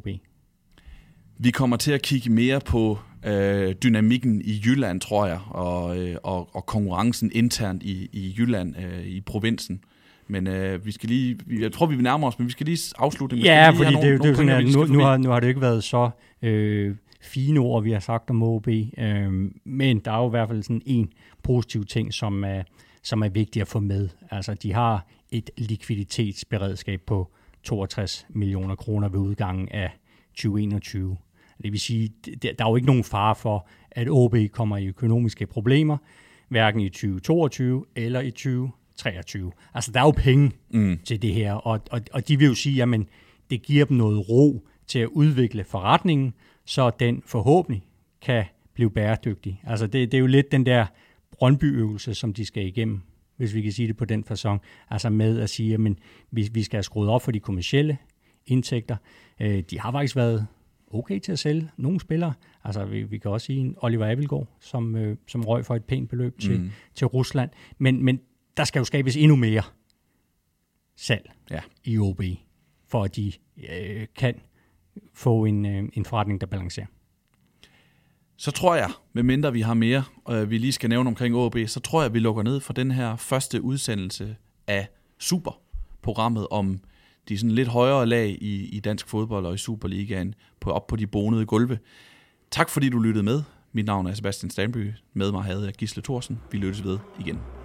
S1: Vi kommer til at kigge mere på øh, dynamikken i Jylland, tror jeg, og, øh, og, og konkurrencen internt i, i Jylland, øh, i provinsen. Men øh, vi skal lige, jeg tror, vi vil nærme os, men vi skal lige afslutte. Vi
S2: ja,
S1: lige
S2: fordi
S1: nogle,
S2: det, det,
S1: nogle
S2: det er sådan, nu, nu, har,
S1: nu
S2: nu har det ikke været så øh, fine ord, vi har sagt om O B, øh, men der er jo i hvert fald sådan en positiv ting, som er, som er vigtigt at få med. Altså, de har et likviditetsberedskab på toogtres millioner kroner ved udgangen af tyve enogtyve. Det vil sige, der er jo ikke nogen fare for, at O B kommer i økonomiske problemer, hverken i tyve toogtyve eller i tyve treogtyve. Altså, der er jo penge mm. til det her, og, og, og de vil jo sige, jamen, det giver dem noget ro til at udvikle forretningen, så den forhåbentlig kan blive bæredygtig. Altså, det, det er jo lidt den der Brøndby-øvelse, som de skal igennem, hvis vi kan sige det på den facon. Altså med at sige, at vi, vi skal have skruet op for de kommercielle indtægter. Øh, de har faktisk været okay til at sælge nogle spillere. Altså, vi, vi kan også sige en Oliver Abildgaard, som, øh, som røg for et pænt beløb til, mm. til Rusland. Men, men der skal jo skabes endnu mere salg ja. i O B, for at de øh, kan få en, øh, en forretning, der balancerer. Så tror jeg, medmindre vi har mere, og vi lige skal nævne omkring O B, så tror jeg, vi lukker ned for den her første udsendelse af Super-programmet om de sådan lidt højere lag i, i dansk fodbold og i Superligaen på, op på de bonede gulve. Tak fordi du lyttede med. Mit navn er Sebastian Stanby. Med mig havde jeg Gisle Thorsen. Vi lyttes ved igen.